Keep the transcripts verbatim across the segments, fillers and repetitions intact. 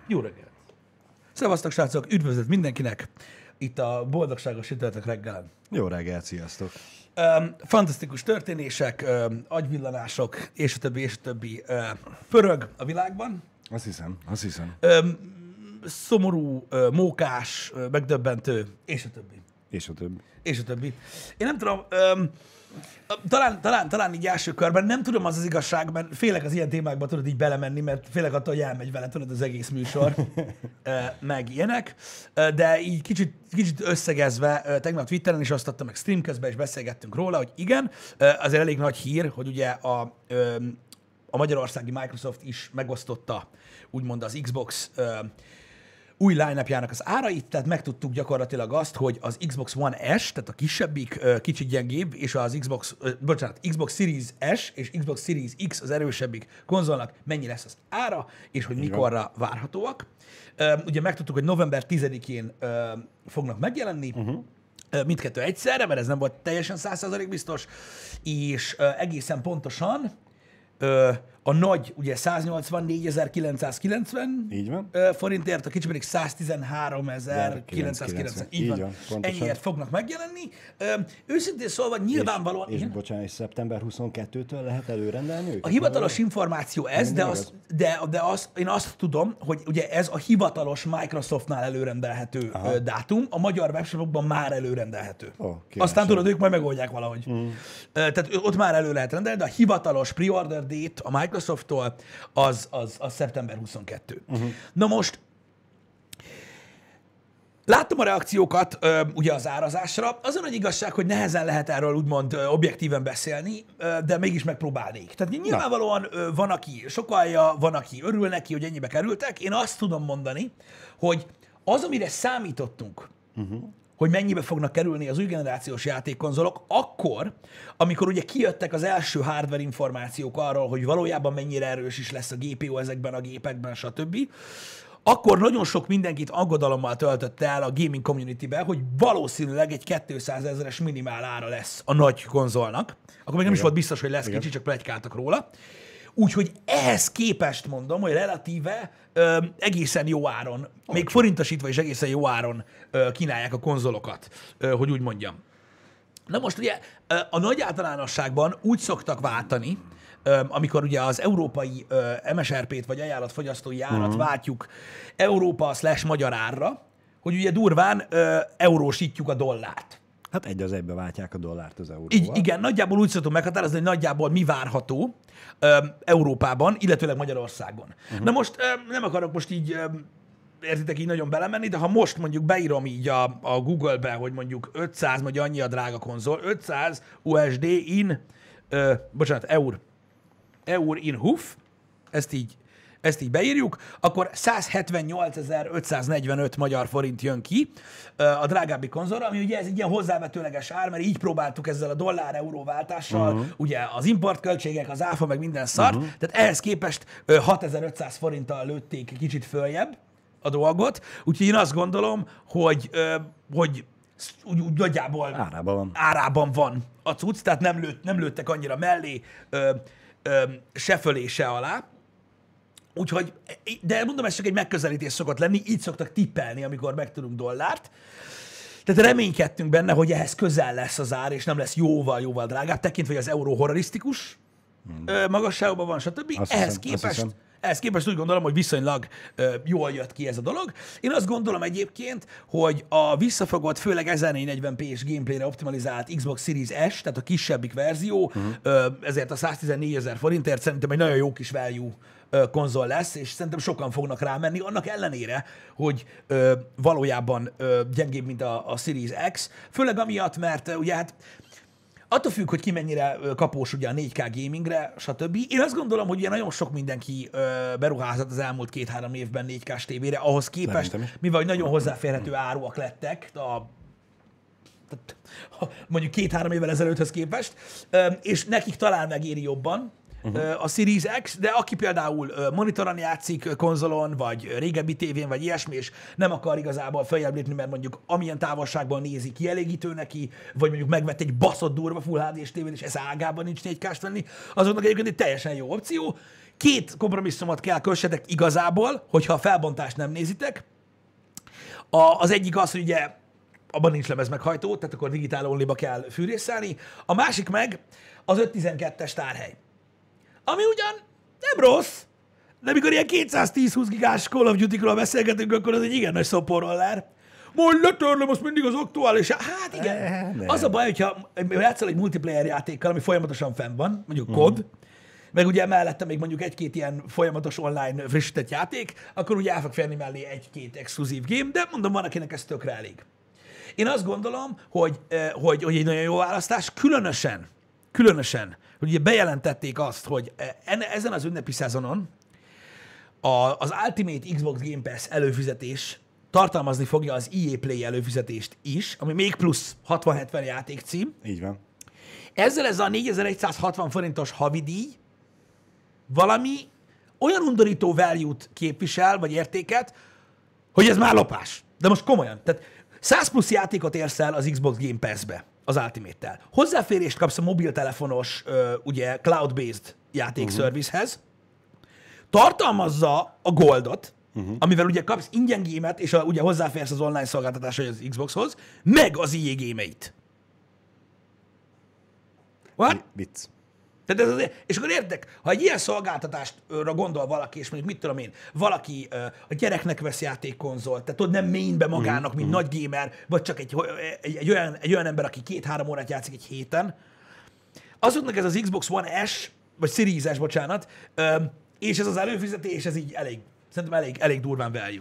Jó reggelt! Szevasztok, srácok! Üdvözlet mindenkinek itt a Boldogságos Sütörtök reggelen. Jó reggelt, sziasztok! Um, fantasztikus történések, um, agyvillanások, és a többi, és a többi uh, pörög a világban. Azt hiszem, azt hiszem. Um, szomorú, uh, mókás, uh, megdöbbentő, és a többi. És a többi. És a többi. Én nem tudom, um, talán, talán, talán így első körben nem tudom az az igazság, mert félek az ilyen témákba tudod így belemenni, mert félek attól, hogy elmegy vele tudod az egész műsor, meg ilyenek, de így kicsit, kicsit összegezve, tegnap Twitteren is azt adtam, meg stream közben is beszélgettünk róla, hogy igen, azért elég nagy hír, hogy ugye a, a magyarországi Microsoft is megosztotta úgymond az Xbox új line-upjának az árait, tehát megtudtuk gyakorlatilag azt, hogy az Xbox One S, tehát a kisebbik, kicsit gyengébb, és az Xbox, bocsánat, Xbox Series S és Xbox Series X az erősebbik konzolnak mennyi lesz az ára, és hogy mikorra várhatóak. Ugye megtudtuk, hogy november tizedikén fognak megjelenni, uh-huh. mindkettő egyszerre, mert ez nem volt teljesen száz százalék biztos, és egészen pontosan a nagy, ugye száznyolcvannégyezer-kilencszázkilencven Így van. forintért, a kicsi pedig száztizenháromezer-kilencszázkilencven. Így van, pontosan. Ennyiért fognak megjelenni. Őszintén szólva nyilvánvalóan... És, és bocsánat, és szeptember huszonkettőtől lehet előrendelni őket? A hivatalos információ ez, de, az, de, de az, én azt tudom, hogy ugye ez a hivatalos Microsoftnál előrendelhető Aha. dátum, a magyar webshopokban már előrendelhető. Oh, Aztán tudod, ők majd megoldják valahogy. Mm. Tehát ott már elő lehet rendelni, de a hivatalos pre-order date a Microsofttól az, az, az szeptember huszonkettő. Uh-huh. Na most, láttam a reakciókat ö, ugye az árazásra. Az a nagy igazság, hogy nehezen lehet erről úgymond ö, objektíven beszélni, ö, de mégis megpróbálnék. Tehát nyilvánvalóan ö, van, aki sokalja, van, aki örül neki, hogy ennyibe kerültek. Én azt tudom mondani, hogy az, amire számítottunk, uh-huh. hogy mennyibe fognak kerülni az új generációs játékkonzolok, akkor, amikor ugye kijöttek az első hardware információk arról, hogy valójában mennyire erős is lesz a gé pé u ezekben a gépekben, stb., akkor nagyon sok mindenkit aggodalommal töltött el a gaming community-be, hogy valószínűleg egy kétszázezeres minimál ára lesz a nagy konzolnak. Akkor még nem Igen. is volt biztos, hogy lesz, Igen. kicsit csak pletykáltak róla. Úgyhogy ehhez képest mondom, hogy relatíve ö, egészen jó áron, okay. még forintosítva is egészen jó áron ö, kínálják a konzolokat, ö, hogy úgy mondjam. Na most ugye ö, a nagy általánosságban úgy szoktak váltani, ö, amikor ugye az európai ö, em es er pét vagy ajánlatfogyasztói árat uh-huh. váltjuk Európa slash magyar árra, hogy ugye durván ö, eurósítjuk a dollárt. Hát egy az egybe váltják a dollárt az euróval. Így, igen, nagyjából úgy szoktunk meghatározni, hogy nagyjából mi várható ö, Európában, illetőleg Magyarországon. Uh-huh. Na most ö, nem akarok most így, ö, értitek, így nagyon belemenni, de ha most mondjuk beírom így a, a Google-be, hogy mondjuk ötszáz, vagy annyi a drága konzol, ötszáz u es dé in, ö, bocsánat, eur, eur in huf, ezt így, ezt így beírjuk, akkor százhetvennyolcezer-ötszáznegyvenöt magyar forint jön ki a drágábbi konzolra, ami ugye ez egy ilyen hozzávetőleges ár, mert így próbáltuk ezzel a dollár-euró váltással, uh-huh. ugye az importköltségek, az áfa, meg minden szart, uh-huh. tehát ehhez képest hatezer-ötszáz forinttal lőtték kicsit följebb a dolgot, úgyhogy én azt gondolom, hogy, hogy úgy, úgy nagyjából árában van. árában van a cucc, tehát nem, lőtt, nem lőttek annyira mellé, ö, ö, se fölé, se alá. Úgyhogy, de mondom, ez csak egy megközelítés szokott lenni, így szoktak tippelni, amikor megtudunk dollárt. Tehát reménykedtünk benne, hogy ehhez közel lesz az ár, és nem lesz jóval-jóval drágább, tekintve, hogy az euró horrorisztikus hmm. magasságban van, stb. Azt ehhez hiszem, képest, ehhez képest úgy gondolom, hogy viszonylag uh, jól jött ki ez a dolog. Én azt gondolom egyébként, hogy a visszafogott, főleg ezernégyszáznegyven pé-s gameplayre optimalizált Xbox Series S, tehát a kisebbik verzió, uh-huh. uh, ezért a száztizennégyezer forintért szerintem egy nagyon jó kis value konzol lesz, és szerintem sokan fognak rámenni, annak ellenére, hogy ö, valójában ö, gyengébb, mint a, a Series X, főleg amiatt, mert ö, ugye hát attól függ, hogy ki mennyire ö, kapós ugye a négy ká gamingre, stb. Én azt gondolom, hogy ugye nagyon sok mindenki ö, beruházott az elmúlt két-három évben négy ká-s tévére, ahhoz képest, mivel nagyon hozzáférhető áruak lettek, a tehát, mondjuk két-három évvel ezelőtthöz képest, ö, és nekik talán megéri jobban, uh-huh. a Series X, de aki például monitoron játszik konzolon, vagy régebbi tévén, vagy ilyesmi, és nem akar igazából feljebb lépni, mert mondjuk amilyen távolságban nézi, kielégítő neki, vagy mondjuk megvett egy baszott durva Full há dés tévét, és ez ágában nincs négy ká-st venni, azoknak egyébként egy teljesen jó opció, Két kompromisszumot kell kössetek igazából, hogyha a felbontást nem nézitek. A, az egyik az, hogy ugye abban nincs lemezmeghajtó, tehát akkor digitál onlyba kell fűrészelni. A másik meg az öt tizenkettes tárhely. Ami ugyan nem rossz, de amikor ilyen kétszáztíz-húsz gigás Call of Duty-król beszélgetünk, akkor az egy igen nagy szoporroller. Majd letörlöm azt mindig az aktuális. Hát igen. Ne. Az a baj, hogyha játszol egy multiplayer játékkal, ami folyamatosan fenn van, mondjuk kod, uh-huh. meg ugye mellette még mondjuk egy-két ilyen folyamatos online frissített játék, akkor ugye el fog férni mellé egy-két exkluzív game, de mondom, van, akinek ez tökre elég. Én azt gondolom, hogy, hogy, hogy egy nagyon jó választás, különösen, különösen, hogy ugye bejelentették azt, hogy enne, ezen az ünnepi szezonon a, az Ultimate Xbox Game Pass előfizetés tartalmazni fogja az E A Play előfizetést is, ami még plusz hatvan-hetven játékcím. Így van. Ezzel ez a négyezer-egyszázhatvan forintos havidíj valami olyan undorító value-t képvisel, vagy értéket, hogy ez már lopás. De most komolyan. Tehát száz plusz játékot érsz el az Xbox Game Pass-be, az Ultimate-tel. Hozzáférést kapsz a mobiltelefonos, ugye, cloud-based játékszervizhez. Tartalmazza a Goldot, uh-huh. amivel ugye kapsz ingyen gémet, és a, ugye hozzáférsz az online szolgáltatásra az Xboxhoz, meg az E A gémeit. What? Vicc. Tehát ez az, és akkor értek, ha egy ilyen szolgáltatásra gondol valaki, és mondjuk mit tudom én, valaki uh, a gyereknek vesz játékkonzolt, tehát tudod, nem mainbe magának, mint uh-huh. nagy gamer, vagy csak egy, egy, egy, olyan, egy olyan ember, aki két-három órát játszik egy héten, azoknak ez az Xbox One S, vagy Series S, bocsánat, uh, és ez az előfizetés, ez így elég, szerintem elég, elég durván value.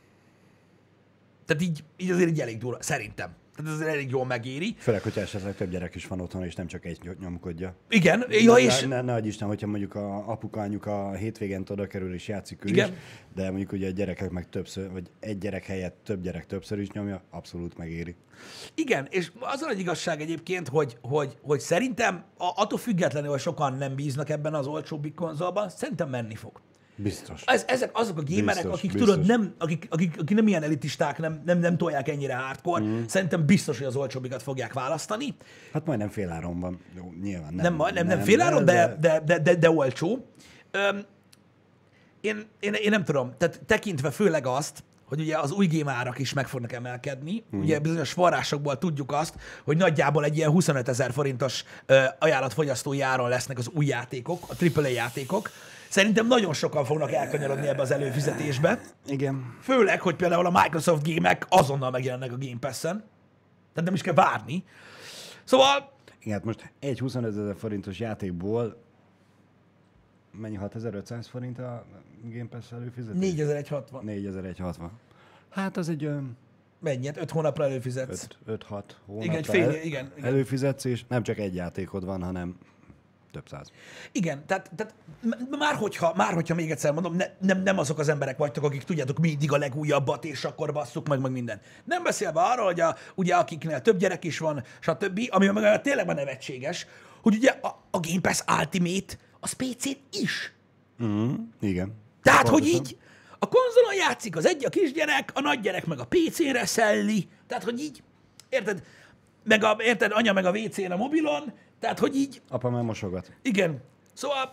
Tehát így, így azért így elég durva, szerintem. Tehát ez elég jól megéri. Főleg, hogyha esetleg több gyerek is van otthon, és nem csak egy nyomkodja. Igen, ja, és... Ne, ne, ne adj Isten, hogyha mondjuk a apuka, anyuka a hétvégén oda kerül és játszik ő Igen. is, de mondjuk ugye a gyerekek meg többször, vagy egy gyerek helyett több gyerek többször is nyomja, abszolút megéri. Igen, és az a igazság egyébként, hogy, hogy, hogy szerintem attól függetlenül, hogy sokan nem bíznak ebben az olcsóbbik konzolban, szerintem menni fog. Biztos. Ez, ezek azok a gamerek, biztos, akik biztos. tudod, nem, akik, akik, akik nem ilyen elitisták, nem, nem, nem tolják ennyire hardcore, mm. szerintem biztos, hogy az olcsóbbikat fogják választani. Hát majdnem féláron van. Jó, nyilván nem. Nem, nem, nem, nem féláron, de, de, de, de, de olcsó. Öm, én, én, én nem tudom, tehát tekintve főleg azt, hogy ugye az új game árak is meg fognak emelkedni. Mm. Ugye bizonyos forrásokból tudjuk azt, hogy nagyjából egy ilyen huszonötezer forintos ö, ajánlatfogyasztói áron lesznek az új játékok, a á á á játékok. Szerintem nagyon sokan fognak elkanyarodni ebbe az előfizetésbe. Igen. Főleg, hogy például a Microsoft gémek azonnal megjelennek a Game Pass-en. Tehát nem is kell várni. Szóval... Igen, hát most egy huszonötezer forintos játékból mennyi, hatezer-ötszáz forint a Game Pass előfizetés? négyezer-százhatvan. négyezer-százhatvan. Hát az egy olyan... Mennyit? öt hónapra előfizetsz. öt-hat hónapra Igen, egy fél, el, igen, igen. előfizetsz, és nem csak egy játékod van, hanem több száz. Igen, tehát, tehát már, hogyha, már hogyha még egyszer mondom, ne, nem, nem azok az emberek vagytok, akik tudjátok mindig a legújabbat, és akkor basszuk meg, meg minden. Nem beszélve arról, hogy a, ugye akiknél több gyerek is van, stb., ami meg tényleg már nevetséges, hogy ugye a, a Game Pass Ultimate az pé cén is. Mm, igen. Tehát, pontosan. Hogy így a konzolon játszik az egy a kisgyerek, a nagygyerek meg a pé cére szelli, tehát, hogy így, érted, meg a, érted, anya meg a vé cén a mobilon, tehát, hogy így... Apa már mosogat. Igen. Szóval...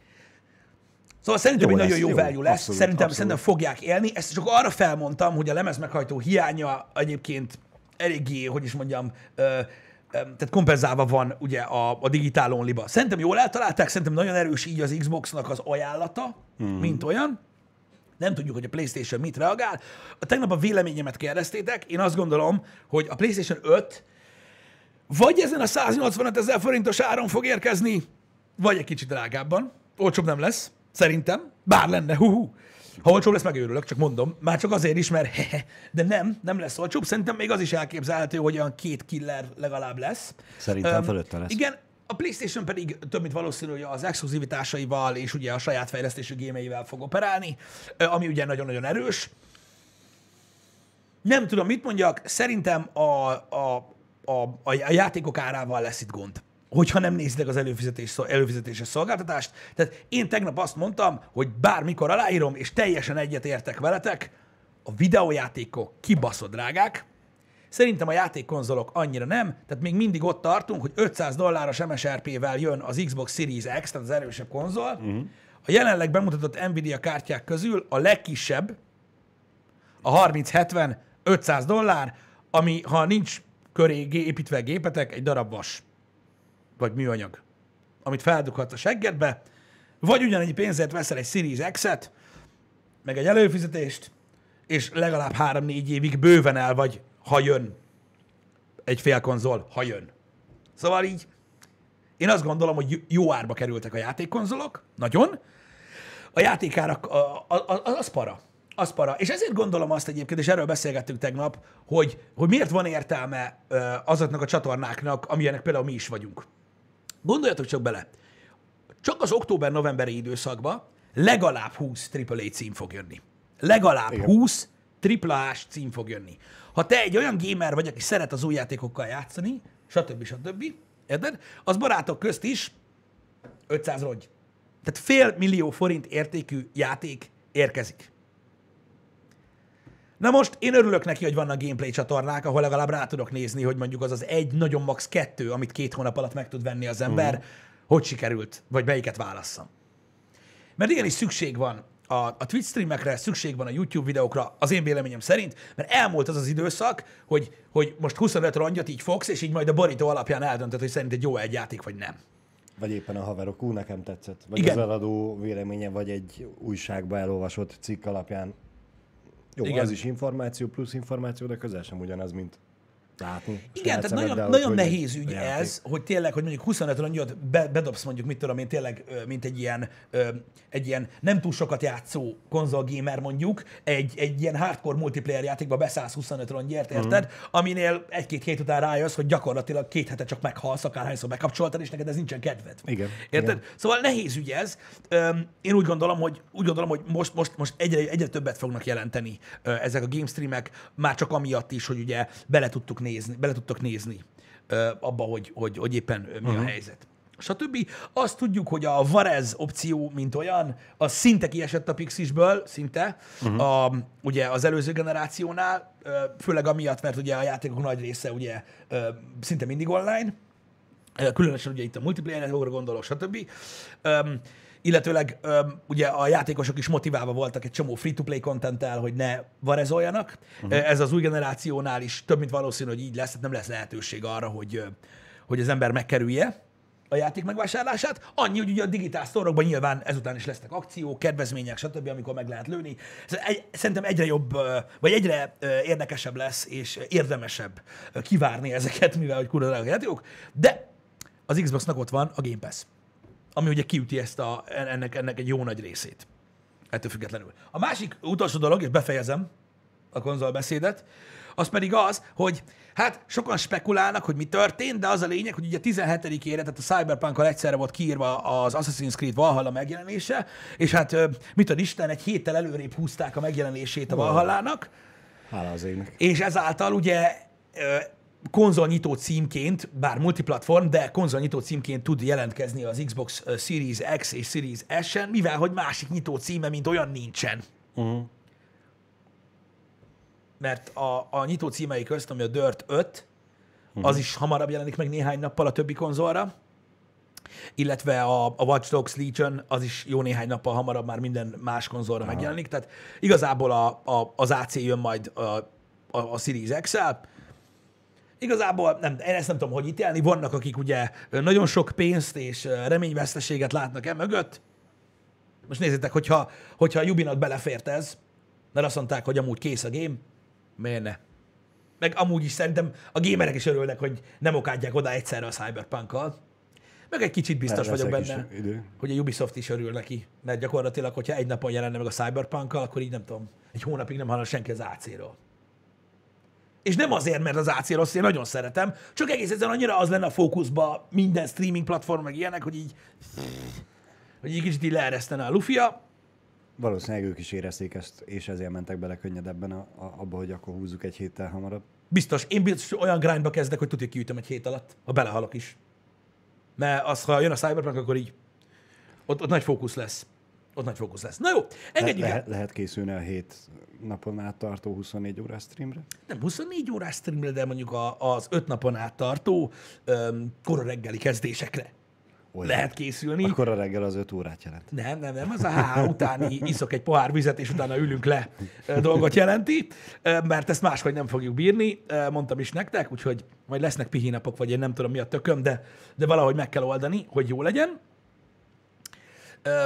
Szóval szerintem egy nagyon jó, jó value lesz. Abszolút, szerintem, abszolút. szerintem fogják élni. Ezt csak arra felmondtam, hogy a lemezmeghajtó hiánya egyébként eléggé, hogy is mondjam, ö, ö, tehát kompenzálva van ugye a, a digitál onlyba. Szerintem jól eltalálták, szerintem nagyon erős így az Xboxnak az ajánlata, hmm. mint olyan. Nem tudjuk, hogy a PlayStation mit reagál. A tegnap a véleményemet kérdeztétek. Én azt gondolom, hogy a PlayStation öt vagy ezen a száznyolcvanöt ezer forintos áron fog érkezni, vagy egy kicsit drágábban. Olcsóbb nem lesz, szerintem. Bár lenne, hú-hú. Ha olcsóbb lesz, megőrülök, csak mondom. Már csak azért is, mert hehe. De nem, nem lesz olcsóbb. Szerintem még az is elképzelhető, hogy olyan két killer legalább lesz. Szerintem um, fölötte lesz. Igen, a PlayStation pedig több mint valószínű, hogy az exkluzivitásaival és ugye a saját fejlesztésű gémeivel fog operálni, ami ugye nagyon-nagyon erős. Nem tudom, mit mondjak, szerintem a, a A, a játékok árával lesz itt gond, hogyha nem nézitek az előfizetés, előfizetéses szolgáltatást. Tehát én tegnap azt mondtam, hogy bármikor aláírom, és teljesen egyetértek veletek, a videójátékok kibaszott drágák. Szerintem a játékkonzolok annyira nem, tehát még mindig ott tartunk, hogy ötszáz dolláros em es er pé-vel jön az Xbox Series X, tehát az erősebb konzol. Uh-huh. A jelenleg bemutatott Nvidia kártyák közül a legkisebb, a harminc hetven ötszáz dollár, ami ha nincs köré építve gépetek, egy darab vas, vagy műanyag, amit feldughatsz a seggedbe, vagy ugyanannyi pénzért veszel egy Series X-et, meg egy előfizetést, és legalább három-négy évig bőven el vagy, ha jön egy fél konzol, ha jön. Szóval így, én azt gondolom, hogy jó árba kerültek a játékkonzolok, nagyon. A játékárak, a, a, a, az para. Az para. És ezért gondolom azt egyébként, és erről beszélgettünk tegnap, hogy, hogy miért van értelme azoknak a csatornáknak, amilyenek például mi is vagyunk. Gondoljatok csak bele, csak az október-novemberi időszakban legalább húsz á á á cím fog jönni. Legalább Igen. húsz á á á-s cím fog jönni. Ha te egy olyan gamer vagy, aki szeret az új játékokkal játszani, stb. stb., érted? Az barátok közt is ötszáz rongy. Tehát fél millió forint értékű játék érkezik. Na most én örülök neki, hogy vannak gameplay csatornák, ahol legalább rá tudok nézni, hogy mondjuk az az egy, nagyon max. kettő, amit két hónap alatt meg tud venni az ember, uh-huh. hogy sikerült, vagy melyiket válasszam. Mert igenis szükség van a, a Twitch streamekre, szükség van a YouTube videókra, az én véleményem szerint, mert elmúlt az az időszak, hogy, hogy most huszonöt rongyot így fogsz, és így majd a borító alapján eldöntöd, hogy szerinted jó egy játék, vagy nem. Vagy éppen a haverok, ú, nekem tetszett. Vagy Igen. az eladó véleménye, vagy egy újságba elolvasott cikk alapján. Jó, Igen. az is információ plusz információ, de közel sem ugyanaz, mint látni. Igen, tehát nagyon, nagyon nehéz ügy ez, hogy tényleg, hogy mondjuk huszonöt rongyot be, bedobsz mondjuk, mit tudom én, tényleg, mint egy ilyen, egy ilyen nem túl sokat játszó konzolgamer mondjuk, egy, egy ilyen hardcore multiplayer játékba beszállsz huszonöt rongyért, érted? Mm. Aminél egy-két hét után rájössz, hogy gyakorlatilag két hete csak meghalsz, akárhányszor bekapcsoltad, és neked ez nincsen kedved. Igen. Érted? Igen. Szóval nehéz ügy ez. Én úgy gondolom, hogy, úgy gondolom, hogy most, most, most egyre, egyre többet fognak jelenteni ezek a game streamek, már csak amiatt is, hogy ugye bele tudtuk nézni, bele tudtok nézni ö, abba, hogy, hogy, hogy éppen ö, mi uh-huh. a helyzet. Stb. Azt tudjuk, hogy a Varez opció, mint olyan, az szinte kiesett a Pixisből, szinte, uh-huh. a, ugye az előző generációnál, ö, főleg amiatt, mert ugye a játékok nagy része ugye ö, szinte mindig online, ö, különösen ugye itt a multiplayer-re gondolok, stb. Ö, illetőleg öm, ugye a játékosok is motiválva voltak egy csomó free-to-play contenttel, hogy ne varezoljanak. Uh-huh. Ez az új generációnál is több mint valószínű, hogy így lesz, tehát nem lesz lehetőség arra, hogy, hogy az ember megkerülje a játék megvásárlását. Annyi, hogy ugye a digitál sztorokban nyilván ezután is lesznek akciók, kedvezmények, stb., amikor meg lehet lőni. Szerintem egyre jobb, vagy egyre érdekesebb lesz, és érdemesebb kivárni ezeket, mivel hogy kurva drága játékok. De az Xboxnak ott van a Game Pass, ami ugye kiüti ezt a, ennek, ennek egy jó nagy részét. Ettől függetlenül. A másik utolsó dolog, és befejezem a konzolbeszédet, az pedig az, hogy hát sokan spekulálnak, hogy mi történt, de az a lényeg, hogy ugye tizenhetedikére, tehát a Cyberpunk-kal egyszerre volt kiírva az Assassin's Creed Valhalla megjelenése, és hát mit ad Isten, egy héttel előrébb húzták a megjelenését a Valhallának. Hála az égnek. És ezáltal ugye konzolnyitó címként, bár multiplatform, de konzolnyitó címként tud jelentkezni az Xbox Series X és Series S-en, mivel hogy másik nyitó címe, mint olyan nincsen. Uh-huh. Mert a, a nyitó címei közt, ami a Dirt öt, uh-huh. az is hamarabb jelenik meg néhány nappal a többi konzolra, illetve a, a Watch Dogs Legion, az is jó néhány nappal hamarabb már minden más konzolra uh-huh. megjelenik, tehát igazából a, a, az á cé jön majd a, a, a Series X-el. Igazából nem, én ezt nem tudom, hogy ítélni. Vannak, akik ugye nagyon sok pénzt és reményveszteséget látnak e mögött. Most nézzétek, hogyha, hogyha a Ubinak belefért ez, mert azt mondták, hogy amúgy kész a game, miért ne? Meg amúgy is szerintem a gamerek is örülnek, hogy nem okádják oda egyszerre a Cyberpunk-kal. Meg egy kicsit biztos vagyok benne, hogy a Ubisoft is örül neki, mert gyakorlatilag, hogyha egy napon jelenne meg a Cyberpunk-kal, akkor így nem tudom, egy hónapig nem hallana senki az á cé-ről. És nem azért, mert az á cé rossz, én nagyon szeretem, csak egész egyszerűen annyira az lenne a fókuszban minden streaming platform, meg ilyenek, hogy így, hogy így kicsit így leeresztene a lufia. Valószínűleg ők is érezték ezt, és ezért mentek bele könnyedebben a, a, abba, hogy akkor húzzuk egy héttel hamarabb. Biztos. Én biztos olyan grindba kezdek, hogy tudja, kiütöm egy hét alatt, ha belehalok is. Mert az, ha jön a Cyberpunk, akkor így ott, ott nagy fókusz lesz. Ott nagy fókusz lesz. Na jó, engedjük Le, el. lehet, lehet készülni a hét napon át tartó huszonnégy órás streamre? Nem huszonnégy órás streamre, de mondjuk a, az öt napon át tartó um, kora reggeli kezdésekre. Olyan. lehet készülni. Akkor a reggel az öt órát jelent. Nem, nem, nem, az a há há utáni iszok egy pohár vizet, és utána ülünk le ö, dolgot jelenti, ö, mert ezt máshogy nem fogjuk bírni, ö, mondtam is nektek, úgyhogy majd lesznek pihinapok, vagy én nem tudom mi a tököm, de, de valahogy meg kell oldani, hogy jó legyen. Ö,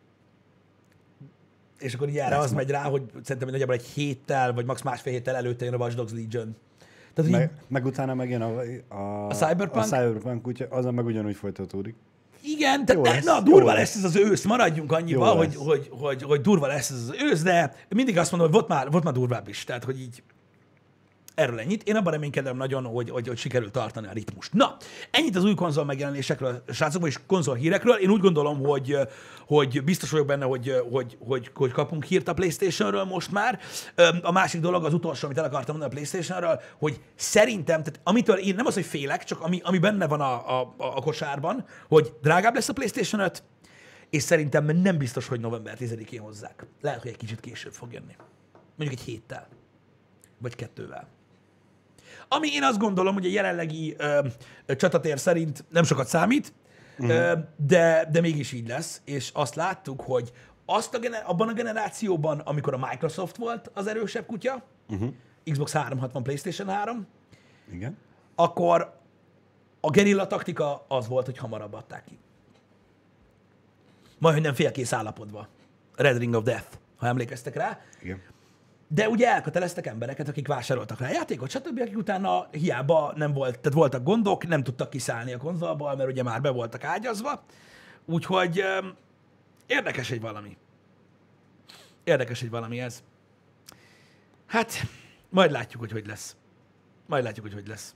és akkor így erre az megy rá, hogy szerintem nagyjából egy héttel, vagy max másfél héttel előtte jön a Watch Dogs Legion. Tehát, Meg, így, meg utána megjön a, a, A Cyberpunk? A Cyberpunk, úgyhogy azon meg ugyanúgy folytatódik. igen, de, Jó de lesz, na, jó durva lesz. lesz ez az ősz, maradjunk annyiba, Jó hogy, lesz. hogy, hogy, hogy durva lesz ez az ősz, de mindig azt mondom, hogy volt már, volt már durvább is, tehát hogy így erről ennyit. Én abban reménykedem nagyon, hogy, hogy, hogy sikerül tartani a ritmust. Na, ennyit az új konzol megjelenésekről, srácokban, és konzol hírekről. Én úgy gondolom, hogy, hogy biztos vagyok benne, hogy, hogy, hogy, hogy kapunk hírt a PlayStationről most már. A másik dolog, az utolsó, amit el akartam mondani a PlayStationről, hogy szerintem, tehát amitől én nem az, hogy félek, csak ami, ami benne van a, a, a kosárban, hogy drágább lesz a PlayStation öt, és szerintem nem biztos, hogy november tizedikén hozzák. Lehet, hogy egy kicsit később fog jönni. Mondjuk egy héttel. Vagy kettővel. Ami én azt gondolom, hogy a jelenlegi ö, ö, csatatér szerint nem sokat számít, uh-huh. ö, de, de mégis így lesz, és azt láttuk, hogy azt a gener- abban a generációban, amikor a Microsoft volt az erősebb kutya, uh-huh. Xbox háromszázhatvan, PlayStation három, Igen. akkor a gerilla taktika az volt, hogy hamarabb adták ki. Majdnem nem félkész állapotban. Red Ring of Death, ha emlékeztek rá. Igen. De ugye elköteleztek embereket, akik vásároltak rá játékot, stb., akik utána hiába nem volt, tehát voltak gondok, nem tudtak kiszállni a konzolból, mert ugye már be voltak ágyazva. Úgyhogy öm, érdekes egy valami. Érdekes egy valami ez. Hát, majd látjuk, hogy hogy lesz. Majd látjuk, hogy hogy lesz.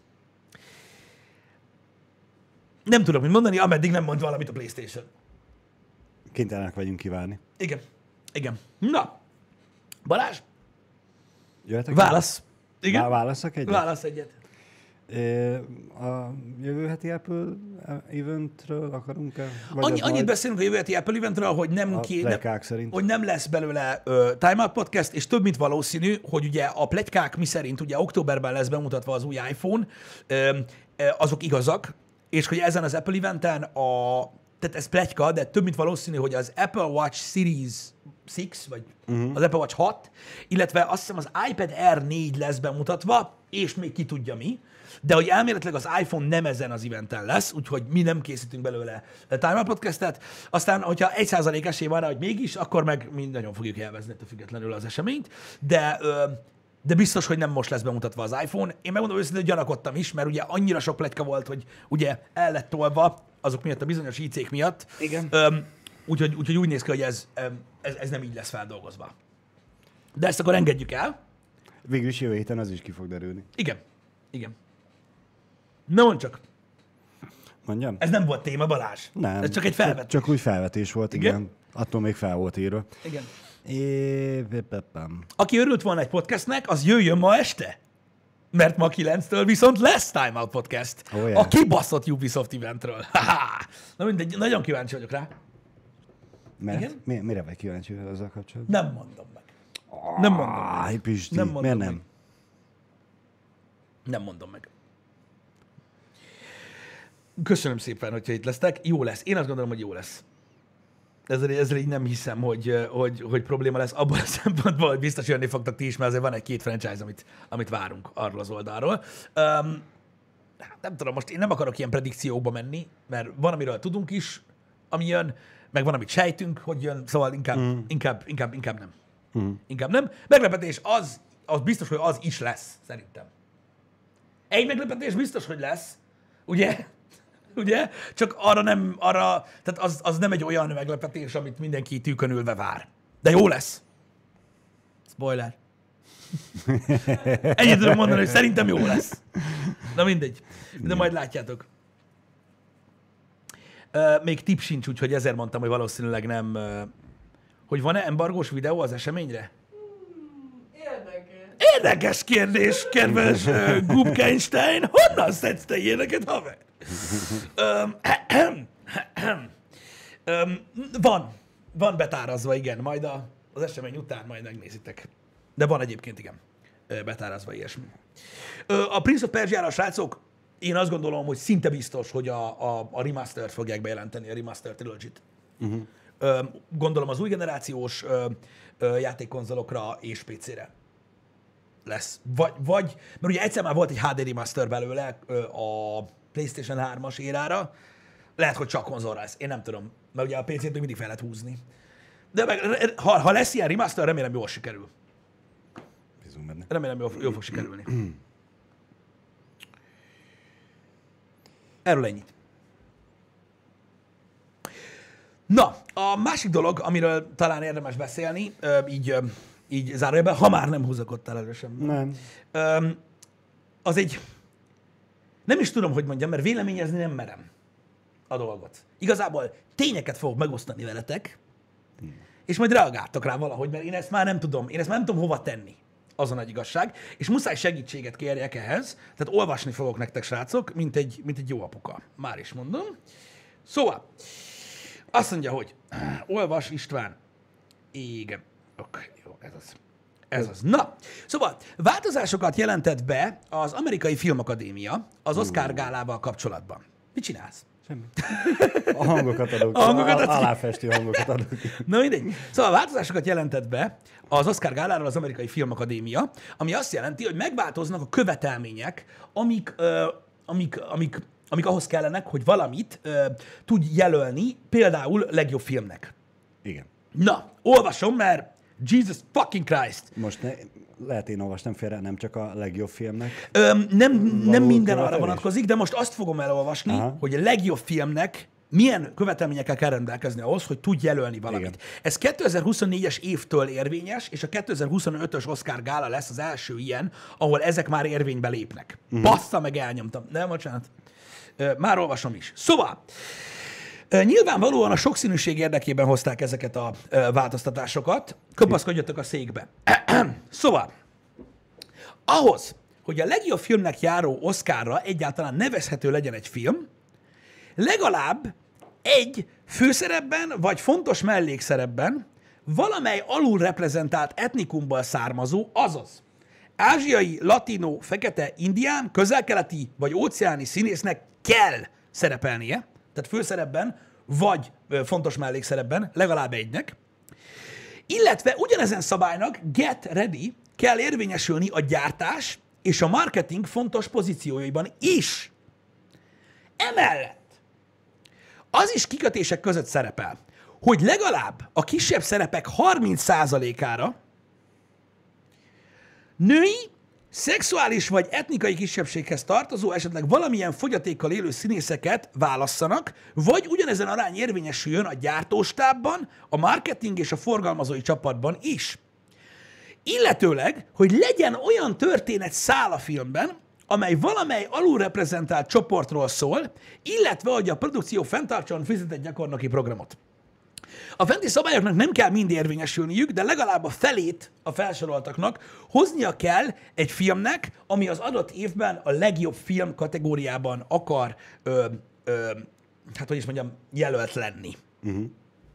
Nem tudom, mit mondani, ameddig nem mond valamit a PlayStation. Kénytelenek vagyunk kivárni. Igen. Igen. Na, Balázs, Jöhetek? válasz. Igen? Vá- válaszok egyet? Válasz egyet. É, a jövő heti Apple eventről akarunk-e? Vagy Annyi, az annyit majd beszélünk a jövő heti Apple eventről, hogy nem, a ki, nem, pletykák szerint? hogy nem lesz belőle ö, Time Out Podcast, és több mint valószínű, hogy ugye a pletykák miszerint ugye októberben lesz bemutatva az új iPhone, ö, ö, azok igazak, és hogy ezen az Apple eventen a, tehát ez pletyka, de több mint valószínű, hogy az Apple Watch Series hat, vagy uh-huh. az Apple Watch hat, illetve azt hiszem az iPad Air négy lesz bemutatva, és még ki tudja mi, de hogy elméletileg az iPhone nem ezen az eventen lesz, úgyhogy mi nem készítünk belőle Time Out Podcastet. Aztán, hogyha egy százalék esély van rá, hogy mégis, akkor meg mi nagyon fogjuk élvezni ettől függetlenül az eseményt, de, de biztos, hogy nem most lesz bemutatva az iPhone. Én megmondom őszintén, hogy gyanakodtam is, mert ugye annyira sok pletyka volt, hogy ugye el lett tolva azok miatt, a bizonyos í cék miatt. Igen. Úgyhogy, úgyhogy úgy néz ki, hogy ez, ez, ez nem így lesz feldolgozva. De ezt akkor engedjük el. Végül is jövő héten az is ki fog derülni. Igen. Igen. Na mondd csak. Mondjam? Ez nem volt téma, Balázs. Nem. Ez csak egy felvetés. Csak úgy felvetés volt, Igen? igen. Attól még fel volt írva. Igen. É... Aki örült volna egy podcastnek, az jöjjön ma este. Mert ma kilenctől viszont lesz Time Out Podcast. Oh, yeah. A kibaszott Ubisoft eventről. Na mindegy, nagyon kíváncsi vagyok rá. Mert? Igen? Mi, mire vagy kíváncsi azzal kapcsolatban? Nem mondom meg. Nem mondom meg. Áj, Pisti, Nem mondom miért meg. nem? Nem mondom meg. Köszönöm szépen, hogyha itt lesztek. Jó lesz. Én azt gondolom, hogy jó lesz. Ezzel, ezzel így nem hiszem, hogy, hogy, hogy probléma lesz abban a szempontból, hogy biztos jönni fogtok ti is, mert azért van egy-két franchise, amit, amit várunk arról az oldalról. Um, nem tudom, most én nem akarok ilyen predikciókba menni, mert van, amiről tudunk is, ami jön, meg van, amit sejtünk, hogy jön, szóval inkább, mm. inkább, inkább, inkább nem. Mm. Inkább nem. Meglepetés az, az biztos, hogy az is lesz, szerintem. Egy meglepetés biztos, hogy lesz, ugye? Ugye? Csak arra nem, arra, tehát az, az nem egy olyan meglepetés, amit mindenki tűkön ülve vár. De jó lesz. Spoiler. Ennyit tudom mondani, hogy szerintem jó lesz. Na mindegy. De majd látjátok. Uh, még tipp sincs, úgyhogy ezért mondtam, hogy valószínűleg nem. Uh, hogy van-e embargós videó az eseményre? Érdekes. Érdekes kérdés, kedves uh, Gubkenstein. Honnan szedsz te ilyeneket, haver? um, um, van. Van betárazva, igen. Majd a, az esemény után majd megnézitek. De van egyébként, igen. Betárazva ilyesmi. A Prince of Persia-ra, srácok, én azt gondolom, hogy szinte biztos, hogy a, a, a remaster-t fogják bejelenteni, a remaster trilogy-t. Uh-huh. Ö, gondolom az új generációs ö, ö, játékkonzolokra és pé cére lesz. Vagy, vagy, mert ugye egyszer már volt egy há dé remaster belőle ö, a PlayStation hármas érára, lehet, hogy csak konzolra lesz. Én nem tudom, mert ugye a pé cét még mindig fel lehet húzni. De meg, ha, ha lesz ilyen remaster, remélem jól sikerül. Bízunk benne. Remélem jól, jól fog sikerülni. Erről ennyit. Na, a másik dolog, amiről talán érdemes beszélni, így, így zárójelben, ha már nem húzakodtál erősen. Nem. Az egy, nem is tudom, hogy mondjam, mert véleményezni nem merem a dolgot. Igazából tényeket fogok megosztani veletek, és majd reagáltok rá valahogy, mert én ezt már nem tudom, én ezt már nem tudom hova tenni. Az a nagy igazság, és muszáj segítséget kérjek ehhez, tehát olvasni fogok nektek, srácok, mint egy, mint egy jó apuka. Már is mondom. Szóval, azt mondja, hogy olvas István. Igen. Oké, jó, ez az. Ez az. Na, szóval változásokat jelentett be az Amerikai Filmakadémia az Oscar gálával kapcsolatban. Mit csinálsz? Semmi. A hangokat adok. A hangokat adok. Aláfestő hangokat adok. Na mindegy. Szóval változásokat jelentett be az Oscar gáláról az Amerikai Filmakadémia, ami azt jelenti, hogy megváltoznak a követelmények, amik, ö, amik, amik, amik ahhoz kellenek, hogy valamit ö, tudj jelölni, például legjobb filmnek. Igen. Na, olvasom, mert Jesus fucking Christ. Most ne, lehet én olvastam félre, nem csak a legjobb filmnek. Ö, nem, nem minden arra követelés? vonatkozik, de most azt fogom elolvasni, Aha. hogy a legjobb filmnek milyen követelményekkel kell rendelkezni ahhoz, hogy tudj jelölni valamit. Igen. Ez kétezer-huszonnégyes évtől érvényes, és a kétezer-huszonötös Oscar gála lesz az első ilyen, ahol ezek már érvénybe lépnek. Uh-huh. Bassza meg, elnyomtam. Nem, bocsánat. Ö, már olvasom is. Szóval, ö, nyilvánvalóan a sokszínűség érdekében hozták ezeket a ö, változtatásokat. Kapaszkodjatok a székbe. Szóval, ahhoz, hogy a legjobb filmnek járó Oscarra egyáltalán nevezhető legyen egy film, legalább egy főszerepben vagy fontos mellékszerepben valamely alulreprezentált etnikumból származó, azaz ázsiai, latino, fekete, indián, közel-keleti vagy óceáni színésznek kell szerepelnie, tehát főszerepben vagy fontos mellékszerepben legalább egynek, illetve ugyanezen szabálynak, get ready, kell érvényesülni a gyártás és a marketing fontos pozícióiban is. Emellett az is kikötések között szerepel, hogy legalább a kisebb szerepek harminc százalékára női, szexuális vagy etnikai kisebbséghez tartozó, esetleg valamilyen fogyatékkal élő színészeket válasszanak, vagy ugyanezen arány érvényesüljön a gyártóstábban, a marketing és a forgalmazói csapatban is. Illetőleg, hogy legyen olyan történet szál a filmben, amely valamely alulreprezentált csoportról szól, illetve hogy a produkció fenntartson fizetett gyakornoki programot. A fenti szabályoknak nem kell mind érvényesülniük, de legalább a felét a felsoroltaknak hoznia kell egy filmnek, ami az adott évben a legjobb film kategóriában akar, ö, ö, hát hogy is mondjam, jelölt lenni. Uh-huh.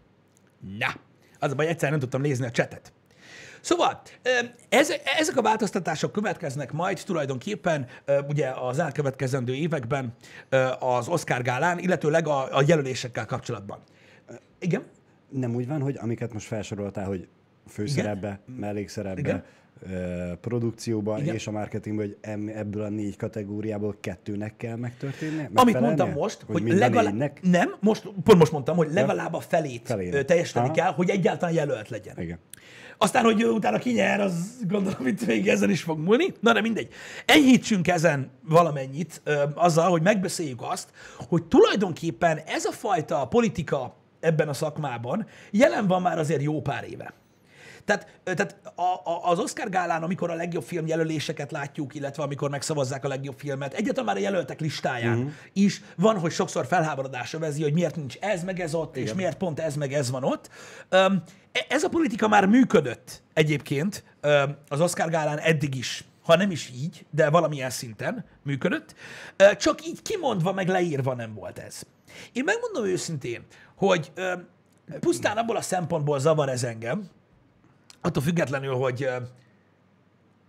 Na, az a baj, egyszer nem tudtam nézni a csetet. Szóval ezek a változtatások következnek majd tulajdonképpen ugye az elkövetkezendő években az Oscar gálán, illetőleg a, a jelölésekkel kapcsolatban. Igen? Nem úgy van, hogy amiket most felsoroltál, hogy főszerepbe, mellékszerepbe, Igen? produkcióban Igen? és a marketingben, hogy ebből a négy kategóriából kettőnek kell megtörténnie? Amit mondtam most, hogy, hogy legalább... Nem, most, pont most mondtam, hogy legalább a felét Feléne. teljesíteni Aha. kell, hogy egyáltalán jelölt legyen. Igen. Aztán, hogy utána kinyer, az gondolom, hogy még ezen is fog múlni. Na de mindegy. Enyhítsünk ezen valamennyit ö, azzal, hogy megbeszéljük azt, hogy tulajdonképpen ez a fajta politika ebben a szakmában jelen van már azért jó pár éve. Tehát, tehát a, a, az Oscar gálán, amikor a legjobb film jelöléseket látjuk, illetve amikor megszavazzák a legjobb filmet, egyáltalán már a jelöltek listáján uh-huh. is van, hogy sokszor felháborodás övezi, hogy miért nincs ez meg ez ott, Igen. és miért pont ez meg ez van ott. Um, ez a politika már működött egyébként um, az Oscar gálán eddig is, ha nem is így, de valamilyen szinten működött. Uh, csak így kimondva, meg leírva nem volt ez. Én megmondom őszintén, hogy um, pusztán abból a szempontból zavar ez engem, attól függetlenül, hogy,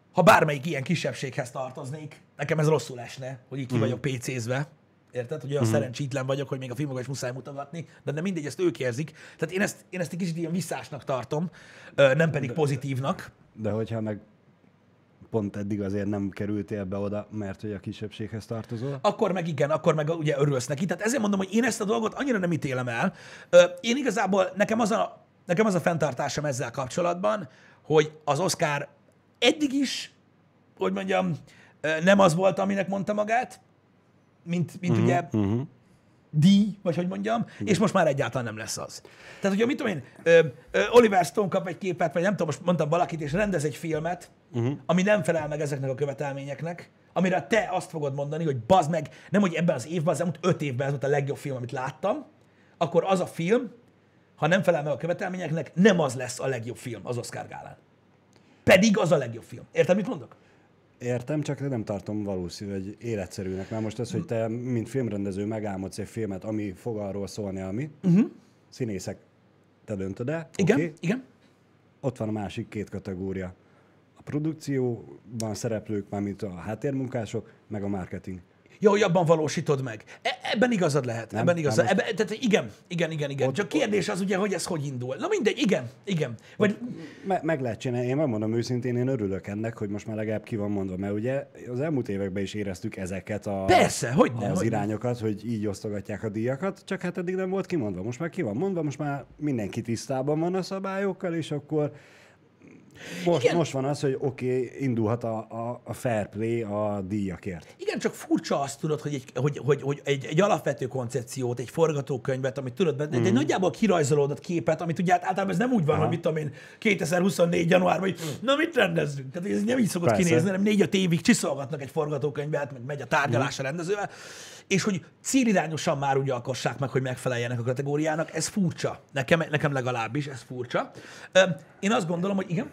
ha bármelyik ilyen kisebbséghez tartoznék, nekem ez rosszul esne, hogy így ki vagyok pé cézve. Érted? Hogy olyan mm. szerencsétlen vagyok, hogy még a filmokat is muszáj mutogatni, de nem mindegy, ezt ők érzik. Tehát én ezt, én ezt egy kicsit ilyen visszásnak tartom, nem pedig de, pozitívnak. De hogyha meg pont eddig azért nem kerültél be oda, mert hogy a kisebbséghez tartozol? Akkor meg igen, akkor meg ugye örülsz neki. Tehát ezért mondom, hogy én ezt a dolgot annyira nem ítélem el. Én igazából, nekem az a, nekem az a fenntartásom ezzel kapcsolatban, hogy az Oscar eddig is, hogy mondjam, nem az volt, aminek mondta magát, mint, mint uh-huh, ugye uh-huh. díj, vagy hogy mondjam, uh-huh. és most már egyáltalán nem lesz az. Tehát, hogyha mit tudom én, ö, ö, Oliver Stone kap egy képet, vagy nem tudom, most mondtam valakit, és rendez egy filmet, uh-huh. ami nem felel meg ezeknek a követelményeknek, amire te azt fogod mondani, hogy bazd meg, nem hogy ebben az évben, az elmúlt öt évben ez volt a legjobb film, amit láttam, akkor az a film, ha nem felel meg a követelményeknek, nem az lesz a legjobb film az Oscar gálán. Pedig az a legjobb film. Érted, mit mondok? Értem, csak nem tartom valószínű, hogy életszerűnek. Mert most az, hogy te, mint filmrendező megálmodsz egy filmet, ami fog arról szólni, ami uh-huh. színészek, te döntöd el. Igen, okay. igen. Ott van a másik két kategória. A produkcióban szereplők, mármint a háttérmunkások, meg a marketing. Jó, hogy abban valósítod meg. E- ebben igazad lehet. Nem, ebben igazad. Most... Ebben, tehát igen, igen, igen, igen. Ott, Csak kérdés az ugye, hogy ez hogy indul. Na mindegy, igen, igen. Vagy... Me- meg lehet csinálni. Én megmondom őszintén, én örülök ennek, hogy most már legalább ki van mondva, mert ugye az elmúlt években is éreztük ezeket a, Persze, hogy ne, az hogy irányokat, hogy így osztogatják a díjakat, csak hát eddig nem volt kimondva. Most már ki van mondva, most már mindenki tisztában van a szabályokkal, és akkor Most, most van az, hogy oké, okay, indulhat a, a, a fair play a díjakért. Igen, csak furcsa azt tudod, hogy egy, hogy, hogy, hogy egy, egy alapvető koncepciót, egy forgatókönyvet, amit tudod, mm. de egy nagyjából kirajzolódott képet, amit ugye általában ez nem úgy van, Aha. hogy mit tudom én, kétezer-huszonnégy januárban, hogy na mit rendezzünk? Tehát ez nem így szokott Persze. kinézni, hanem négy-öt évig csiszolgatnak egy forgatókönyvet, meg megy a tárgyalás mm. a rendezővel, és hogy célirányosan már úgy alkossák meg, hogy megfeleljenek a kategóriának, ez furcsa. Nekem, nekem legalábbis ez furcsa. Én azt gondolom, hogy igen,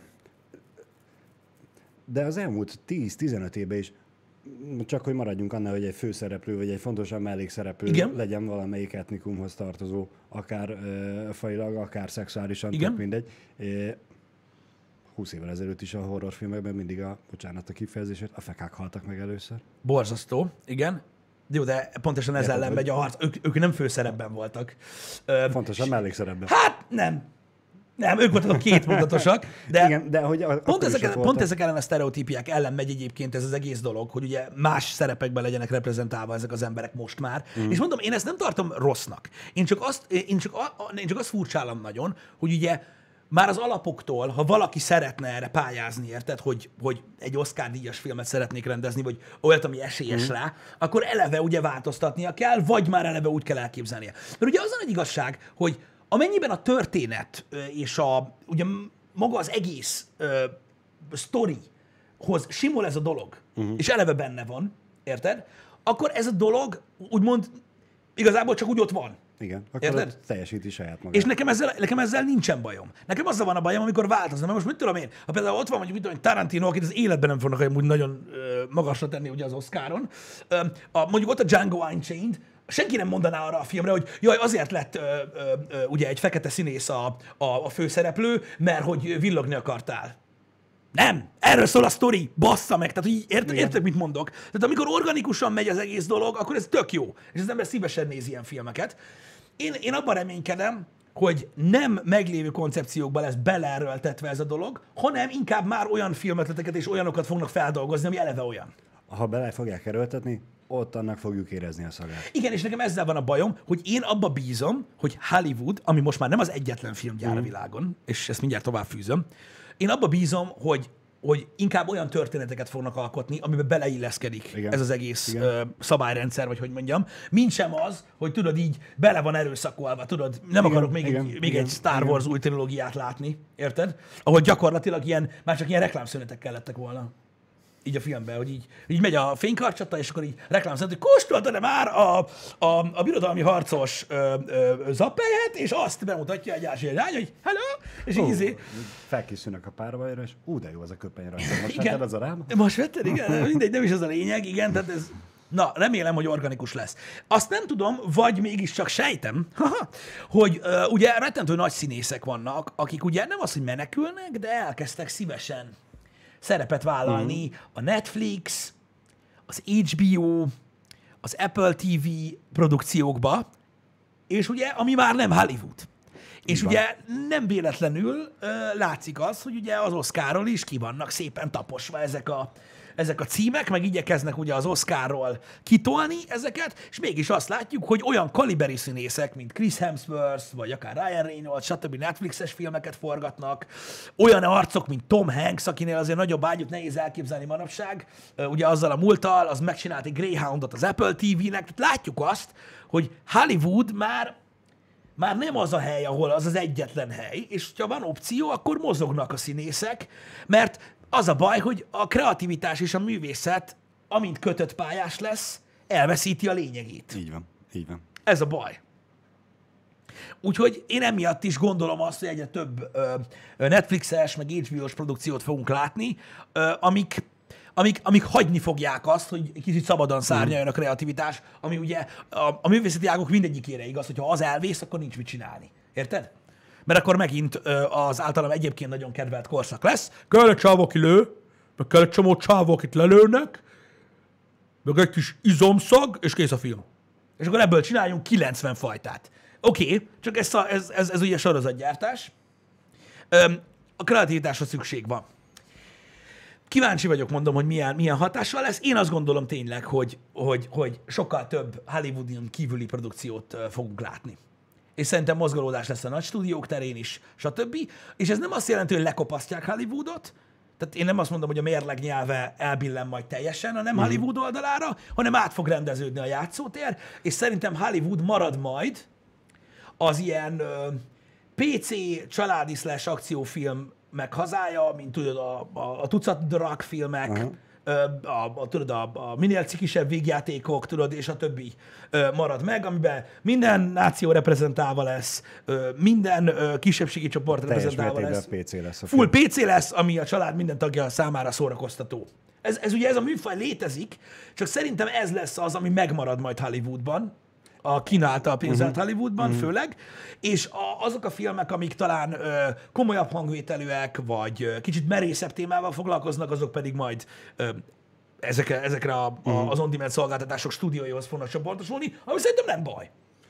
de az elmúlt tíz-tizenöt évben is, csak hogy maradjunk annál, hogy egy főszereplő, vagy egy fontosabb mellékszereplő Igen. legyen valamelyik etnikumhoz tartozó, akár uh, fajilag, akár szexuálisan, tök mindegy. Uh, húsz évvel ezelőtt is a horrorfilmekben mindig a, bocsánat a kifejezését, a fekák haltak meg először. Borzasztó, igen. Jó, de pontosan ez ellen megy a harc. Ők, ők nem főszerepben voltak. Fontosan mellékszerepben. Hát nem. Nem, ők voltak a két mondatosak, de, Igen, de hogy a, pont, ezek, pont ezek ellen a sztereotípiák ellen megy egyébként ez az egész dolog, hogy ugye más szerepekben legyenek reprezentálva ezek az emberek most már. Mm. És mondom, én ezt nem tartom rossznak. Én csak azt, én csak, a, én csak azt furcsálom nagyon, hogy ugye már az alapoktól, ha valaki szeretne erre pályázni, érted, hogy, hogy egy Oscar-díjas filmet szeretnék rendezni, vagy olyat, ami esélyes mm. rá, akkor eleve ugye változtatnia kell, vagy már eleve úgy kell elképzelnie. Mert ugye az a nagy igazság, hogy amennyiben a történet és a, ugye maga az egész uh, sztorihoz simul ez a dolog, uh-huh. és eleve benne van, érted? Akkor ez a dolog úgymond igazából csak úgy ott van. Igen, akkor érted? Teljesíti saját magát. És nekem ezzel, nekem ezzel nincsen bajom. Nekem azzal van a bajom, amikor változna. Mert most mit tudom én, ha például ott van mondjuk, mit tudom én, Tarantino, akit az életben nem fognak úgy nagyon uh, magasra tenni ugye az Oscaron, uh, a, mondjuk ott a Django Unchained, senki nem mondaná arra a filmre, hogy jaj, azért lett ö, ö, ö, ugye egy fekete színész a, a, a főszereplő, mert hogy villogni akartál. Nem! Erről szól a sztori, bassza meg! Tehát, hogy ért, érted, mit mondok? Tehát amikor organikusan megy az egész dolog, akkor ez tök jó. És az ember szívesen néz ilyen filmeket. Én, én abban reménykedem, hogy nem meglévő koncepciókba lesz beleerőltetve ez a dolog, hanem inkább már olyan filmetleteket és olyanokat fognak feldolgozni, ami eleve olyan. Ha bele fogják erőltetni, ott annak fogjuk érezni a szagát. Igen, és nekem ezzel van a bajom, hogy én abba bízom, hogy Hollywood, ami most már nem az egyetlen filmgyár mm. a világon, és ezt mindjárt tovább fűzöm, én abba bízom, hogy, hogy inkább olyan történeteket fognak alkotni, amiben beleilleszkedik Igen. ez az egész ö, szabályrendszer, vagy hogy mondjam, mint sem az, hogy tudod így bele van erőszakolva, tudod, nem Igen. akarok még, Igen. egy, még Igen. egy Star Wars Igen. új trilógiát látni, érted? Ahol gyakorlatilag ilyen, már csak ilyen reklámszünetek kellettek volna. Így a filmben, hogy így, így megy a fénykarcsata, és akkor így reklámszent, hogy kóstoltad-e már a, a, a birodalmi harcos ö, ö, zappelyet, és azt bemutatja egy ázsiai lány, hogy hello, és így izé. Felkészülnek a párbajra, és ú, de jó az a köpeny rajta. Most vetted az a rám? Most vetted, igen, mindegy, nem is az a lényeg, igen, tehát ez... Na, remélem, hogy organikus lesz. Azt nem tudom, vagy mégiscsak sejtem, hogy uh, ugye rettentő nagy színészek vannak, akik ugye nem az, hogy menekülnek, de elkezdtek szívesen szerepet vállalni uh-huh. a Netflix, az há bé o, az Apple té vé produkciókba, és ugye, ami már nem Hollywood. És ugye nem véletlenül ö, látszik az, hogy ugye az Oscarról is ki vannak szépen taposva ezek a, ezek a címek, meg igyekeznek ugye az Oscarról kitolni ezeket, és mégis azt látjuk, hogy olyan kaliberi színészek, mint Chris Hemsworth, vagy akár Ryan Reynolds, stb. Netflixes filmeket forgatnak, olyan arcok, mint Tom Hanks, akinél azért nagyobb ágyút nehéz elképzelni manapság, ugye azzal a múlttal, az megcsinált egy Greyhoundot az Apple té vének, tehát látjuk azt, hogy Hollywood már Már nem az a hely, ahol az az egyetlen hely, és ha van opció, akkor mozognak a színészek, mert az a baj, hogy a kreativitás és a művészet, amint kötött pályás lesz, elveszíti a lényegét. Így van, így van. Ez a baj. Úgyhogy én emiatt is gondolom azt, hogy egyre több ö, Netflixes, meg há bé ó-s produkciót fogunk látni, ö, amik Amik, amik hagyni fogják azt, hogy kicsit szabadon szárnyaljon a kreativitás, ami ugye a, a művészeti ágok mindegyikére igaz, hogyha az elvész, akkor nincs mit csinálni. Érted? Mert akkor megint ö, az általam egyébként nagyon kedvelt korszak lesz. Kell egy csávó, aki lő, meg kell egy csomó csávó, akit lelőnek, meg egy kis izomszag, és kész a film. És akkor ebből csináljunk kilencven fajtát. Oké, okay, csak ez, a, ez, ez, ez ugye sorozatgyártás. Ö, a kreativitásra szükség van. Kíváncsi vagyok, mondom, hogy milyen, milyen hatással lesz. Én azt gondolom tényleg, hogy, hogy, hogy sokkal több Hollywoodon kívüli produkciót uh, fogunk látni. És szerintem mozgolódás lesz a nagy stúdiók terén is, stb. És ez nem azt jelenti, hogy lekopasztják Hollywoodot, tehát én nem azt mondom, hogy a mérleg nyelve elbillen majd teljesen a nem mm. Hollywood oldalára, hanem át fog rendeződni a játszótér, és szerintem Hollywood marad majd az ilyen uh, pé cé családi slash akciófilm meg hazája, mint tudod, a, a, a tucat drag filmek, uh-huh. a, a, tudod, a, a minél cikisebb vígjátékok, tudod, és a többi marad meg, amiben minden náció reprezentálva lesz, minden kisebbségi csoport reprezentálva lesz. pé cé lesz a Full pé cé lesz, ami a család minden tagja számára szórakoztató. Ez, ez ugye ez a műfaj létezik, csak szerintem ez lesz az, ami megmarad majd Hollywoodban, a Kína által pénzelt uh-huh. Hollywoodban uh-huh. főleg, és a, azok a filmek, amik talán ö, komolyabb hangvételűek, vagy ö, kicsit merészebb témával foglalkoznak, azok pedig majd ö, ezekre, ezekre a, a, uh-huh. az on-demand szolgáltatások stúdióihoz fognak csoportosulni, ami szerintem nem baj.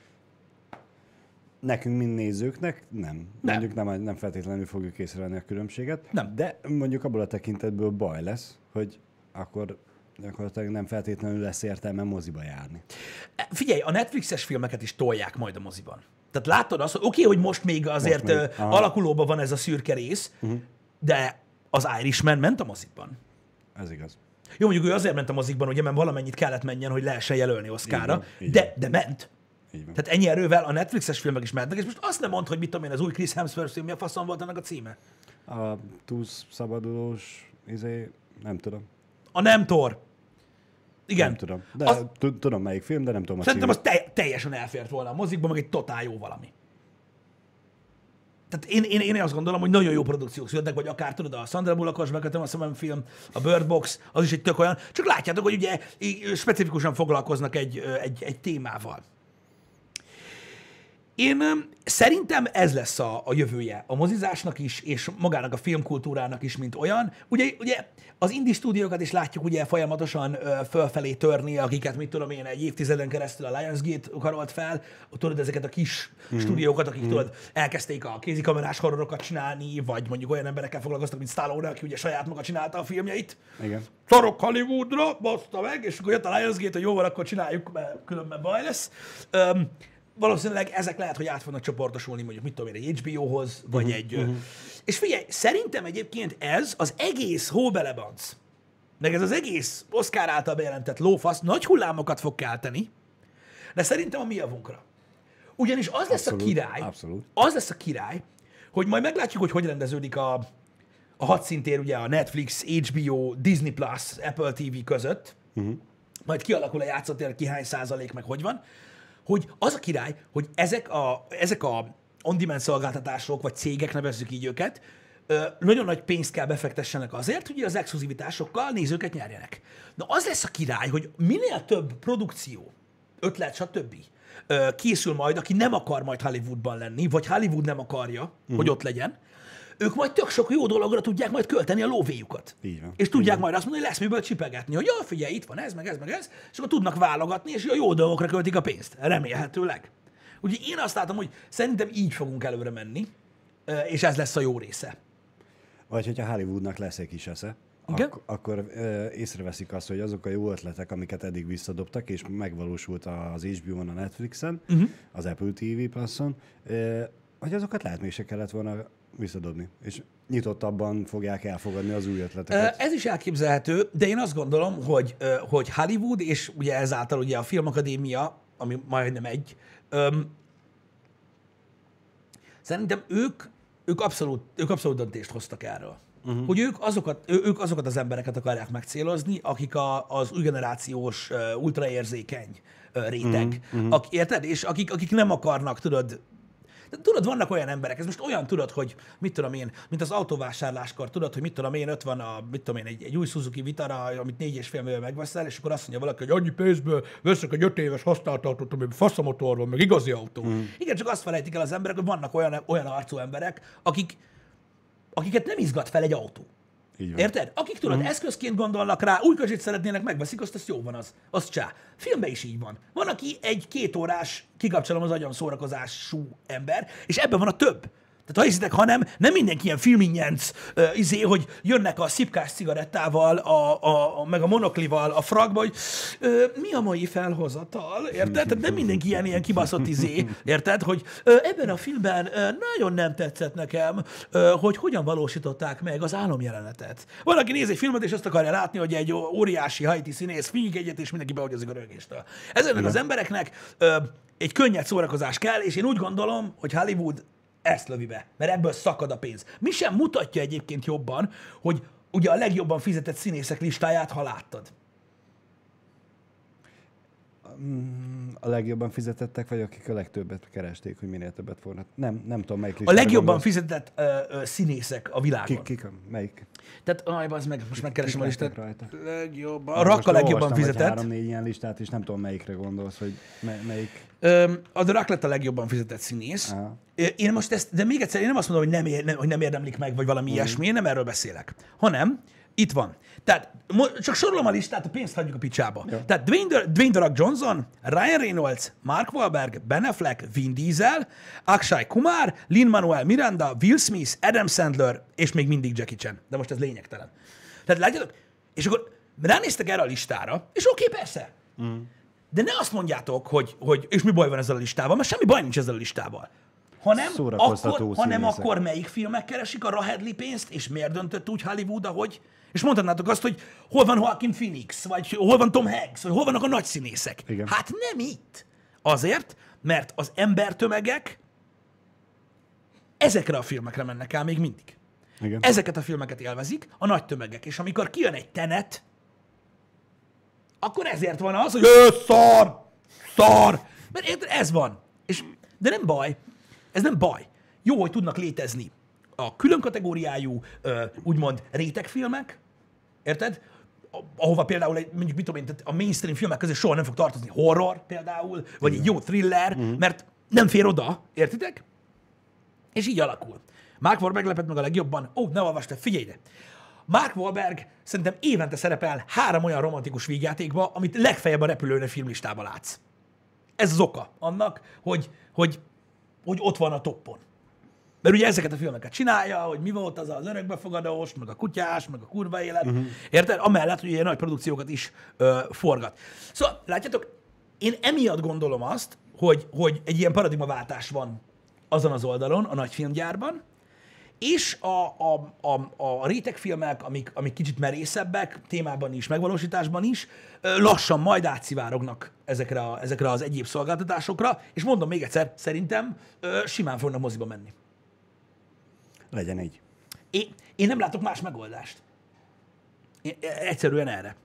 Nekünk, mint nézőknek nem. nem. Mondjuk nem, nem feltétlenül fogjuk észrevenni a különbséget, nem. De mondjuk abból a tekintetből baj lesz, hogy akkor gyakorlatilag nem feltétlenül lesz értelme moziba járni. Figyelj, a Netflixes filmeket is tolják majd a moziban. Tehát látod azt, hogy oké, okay, hogy most még azért most még. alakulóban van ez a szürke rész, uh-huh. de az Irishman ment a mozikban. Ez igaz. Jó, mondjuk ő azért ment a mozikban, ugye, mert valamennyit kellett menjen, hogy lehessen jelölni Oscarra, de, de ment. Tehát ennyi erővel a Netflixes filmek is mentek, és most azt nem mondd, hogy mit tudom én, az új Chris Hemsworth film, mi a faszom volt annak a címe? A túlszabadulós, izé, nem tudom. A nem Thor. Igen. Nem tudom. De az, tudom melyik film, de nem tudom a Szerintem az te- teljesen elfért volna a mozikban, meg egy totál jó valami. Tehát én, én, én azt gondolom, hogy nagyon jó produkciók születnek, vagy akár tudod, a Sandra Bullockos Bekötöm a szemem film, a Bird Box, az is egy tök olyan. Csak látjátok, hogy ugye specifikusan foglalkoznak egy, egy, egy témával. Én szerintem ez lesz a, a jövője a mozizásnak is, és magának a filmkultúrának is, mint olyan. Ugye, ugye az indie stúdiókat is látjuk ugye folyamatosan ö, fölfelé törni, akiket, mit tudom én, egy évtizeden keresztül a Lionsgate karolt fel, tudod, ezeket a kis mm. stúdiókat, akik mm. tudod, elkezdték a kézikamerás horrorokat csinálni, vagy mondjuk olyan emberekkel foglalkoztak, mint Stallone, aki ugye saját maga csinálta a filmjeit. Igen. Szarok Hollywoodra, baszta meg, és akkor jött a Lionsgate, hogy jó van, akkor csináljuk, mert különben baj lesz. Um, Valószínűleg ezek lehet, hogy át fognak csoportosulni mondjuk, mit tudom én, egy há bé ó-hoz, vagy uh-huh, egy... Uh-huh. És figyelj, szerintem egyébként ez az egész hóbelebanc, meg ez az egész Oscar által bejelentett lófasz nagy hullámokat fog kelteni, de szerintem a mi javunkra. Ugyanis az lesz abszolút, a király, abszolút. az lesz a király, hogy majd meglátjuk, hogy hogy rendeződik a, a hadszintér ugye a Netflix, há bé ó, Disney Plus, Apple té vé között, uh-huh. majd kialakul a játszótér, ki hány százalék, meg hogy van, hogy az a király, hogy ezek a, ezek a on-demand szolgáltatások, vagy cégek, nevezzük így őket, nagyon nagy pénzt kell befektessenek azért, hogy az exkluzivitásokkal nézőket nyerjenek. Na az lesz a király, hogy minél több produkció, ötlet, stb. Készül majd, aki nem akar majd Hollywoodban lenni, vagy Hollywood nem akarja, uh-huh. hogy ott legyen, ők majd tök sok jó dologra tudják majd költeni a lóvéjukat. Így van. És tudják Így majd azt mondani, hogy lesz miből csipegetni, hogy ja, figyelj, itt van ez, meg ez, meg ez, és akkor tudnak válogatni, és a jó dolgokra költik a pénzt. Remélhetőleg. Úgyhogy én azt látom, hogy szerintem így fogunk előre menni, és ez lesz a jó része. Vagy hogyha Hollywoodnak lesz egy kis esze, ak- akkor ö, észreveszik azt, hogy azok a jó ötletek, amiket eddig visszadobtak, és megvalósult az há bé ó-n, a Netflixen, uh-huh. az Apple té vé Plus-on, ö, hogy azokat lehet még se kellett volna visszadobni. És nyitottabban fogják elfogadni az új ötleteket. Ez is elképzelhető, de én azt gondolom, hogy, hogy Hollywood, és ugye ezáltal ugye a Filmakadémia, ami majdnem egy, öm, szerintem ők, ők, abszolút, ők abszolút döntést hoztak erről. Uh-huh. Hogy ők azokat, ők azokat az embereket akarják megcélozni, akik a, az új generációs, uh, ultraérzékeny uh, réteg. Uh-huh. Ak, érted? És akik, akik nem akarnak, tudod, tudod, vannak olyan emberek, ez most olyan, tudod, hogy mit tudom én, mint az autóvásárláskor, tudod, hogy mit tudom én, ott van a, mit tudom én, egy, egy új Suzuki Vitara, amit négy és fél millió megveszel, és akkor azt mondja valaki, hogy annyi pénzből veszek egy öt éves használt autót, ami faszamotor van, meg igazi autó. Mm. Igen, csak azt felejtik el az emberek, hogy vannak olyan, olyan arcú emberek, akik, akiket nem izgat fel egy autó. Érted? Akik tudod, mm. eszközként gondolnak rá, új kocsit szeretnének, megveszik, azt, azt jó van az. Az csá. Filmben is így van. Van, aki egy két órás, kikapcsolom az agyam szórakozású ember, és ebben van a több. Tehát ha hiszitek, hanem nem mindenki ilyen filminyenc, uh, izé, hogy jönnek a szipkás cigarettával, a, a, a, meg a monoklival a frakba, hogy uh, mi a mai felhozatal, érted? Tehát nem mindenki ilyen, ilyen kibaszott izé, érted? Hogy uh, ebben a filmben uh, nagyon nem tetszett nekem, uh, hogy hogyan valósították meg az álomjelenetet. Van, aki néz egy filmet, és azt akarja látni, hogy egy óriási haiti színész figyik egyet, és mindenki beagyazik a rögéstől. Ezeknek az embereknek uh, egy könnyed szórakozás kell, és én úgy gondolom, hogy Hollywood ezt lövi be, mert ebből szakad a pénz. Mi sem mutatja egyébként jobban, hogy ugye a legjobban fizetett színészek listáját, ha láttad. A legjobban fizetettek, vagy akik a legtöbbet keresték, hogy minél többet forrad? Nem, nem tudom, melyik A listára legjobban gondolsz. fizetett ö, ö, színészek a világon. Kik, kik, melyik? Tehát, aj, bazd meg, most megkeresem a Kik listát. rajta? Legjobban. A Rock a legjobban fizetett. három-négy ilyen listát, és nem tudom, melyikre gondolsz, hogy me- melyik. Ö, a The Rock lett a legjobban fizetett színész. Aha. Én most ezt, de még egyszer, én nem azt mondom, hogy nem, ér, nem, hogy nem érdemlik meg, vagy valami mm. ilyesmi, én nem erről beszélek. Hanem, itt van. Tehát mo- csak sorolom a listát, a pénzt hagyjuk a picsába. Ja. Tehát Dwayne, Dwayne The Rock Johnson, Ryan Reynolds, Mark Wahlberg, Ben Affleck, Vin Diesel, Akshay Kumar, Lin-Manuel Miranda, Will Smith, Adam Sandler, és még mindig Jackie Chan. De most ez lényegtelen. Tehát látjátok? És akkor ránéztek erre a listára, és oké, okay, persze. Mm. De ne azt mondjátok, hogy, hogy és mi baj van ezzel a listával, mert semmi baj nincs ezzel a listával. Hanem, akkor, hanem akkor melyik filmek keresik a Rahedli pénzt, és miért döntött úgy Hollywood, ahogy? És mondhatnátok azt, hogy hol van Joaquin Phoenix, vagy hol van Tom Hanks, vagy hol vannak a nagy színészek. Igen. Hát nem itt. Azért, mert az embertömegek ezekre a filmekre mennek el még mindig. Igen. Ezeket a filmeket élvezik a nagy tömegek. És amikor kijön egy Tenet, akkor ezért van az, hogy szar, szar. Mert ez van. És, de nem baj. Ez nem baj. Jó, hogy tudnak létezni a külön kategóriájú, úgymond rétegfilmek, érted? Ahova például egy, mondjuk mit tudom én, a mainstream filmek közé soha nem fog tartozni horror például, vagy igen. egy jó thriller, uh-huh. mert nem fér oda, értitek? És így alakul. Mark Wahlberg lepett meg a legjobban. Ó, ne olvastad, figyelj ide! Mark Wahlberg szerintem évente szerepel három olyan romantikus vígjátékba, amit legfeljebb a repülőn filmlistában látsz. Ez az oka annak, hogy, hogy, hogy ott van a toppon. Mert ugye ezeket a filmeket csinálja, hogy mi volt az az örökbefogadós, meg a kutyás, meg a kurva élet. Uh-huh. Érted? Amellett, hogy ilyen nagy produkciókat is ö, forgat. Szóval, látjátok, én emiatt gondolom azt, hogy, hogy egy ilyen paradigmaváltás van azon az oldalon, a nagy filmgyárban, és a, a, a, a rétegfilmek, amik, amik kicsit merészebbek, témában is, megvalósításban is, lassan majd átszivárognak ezekre, a, ezekre az egyéb szolgáltatásokra, és mondom még egyszer, szerintem simán fognak moziba menni. Legyen így. Én, én nem látok más megoldást. Én, egyszerűen erre.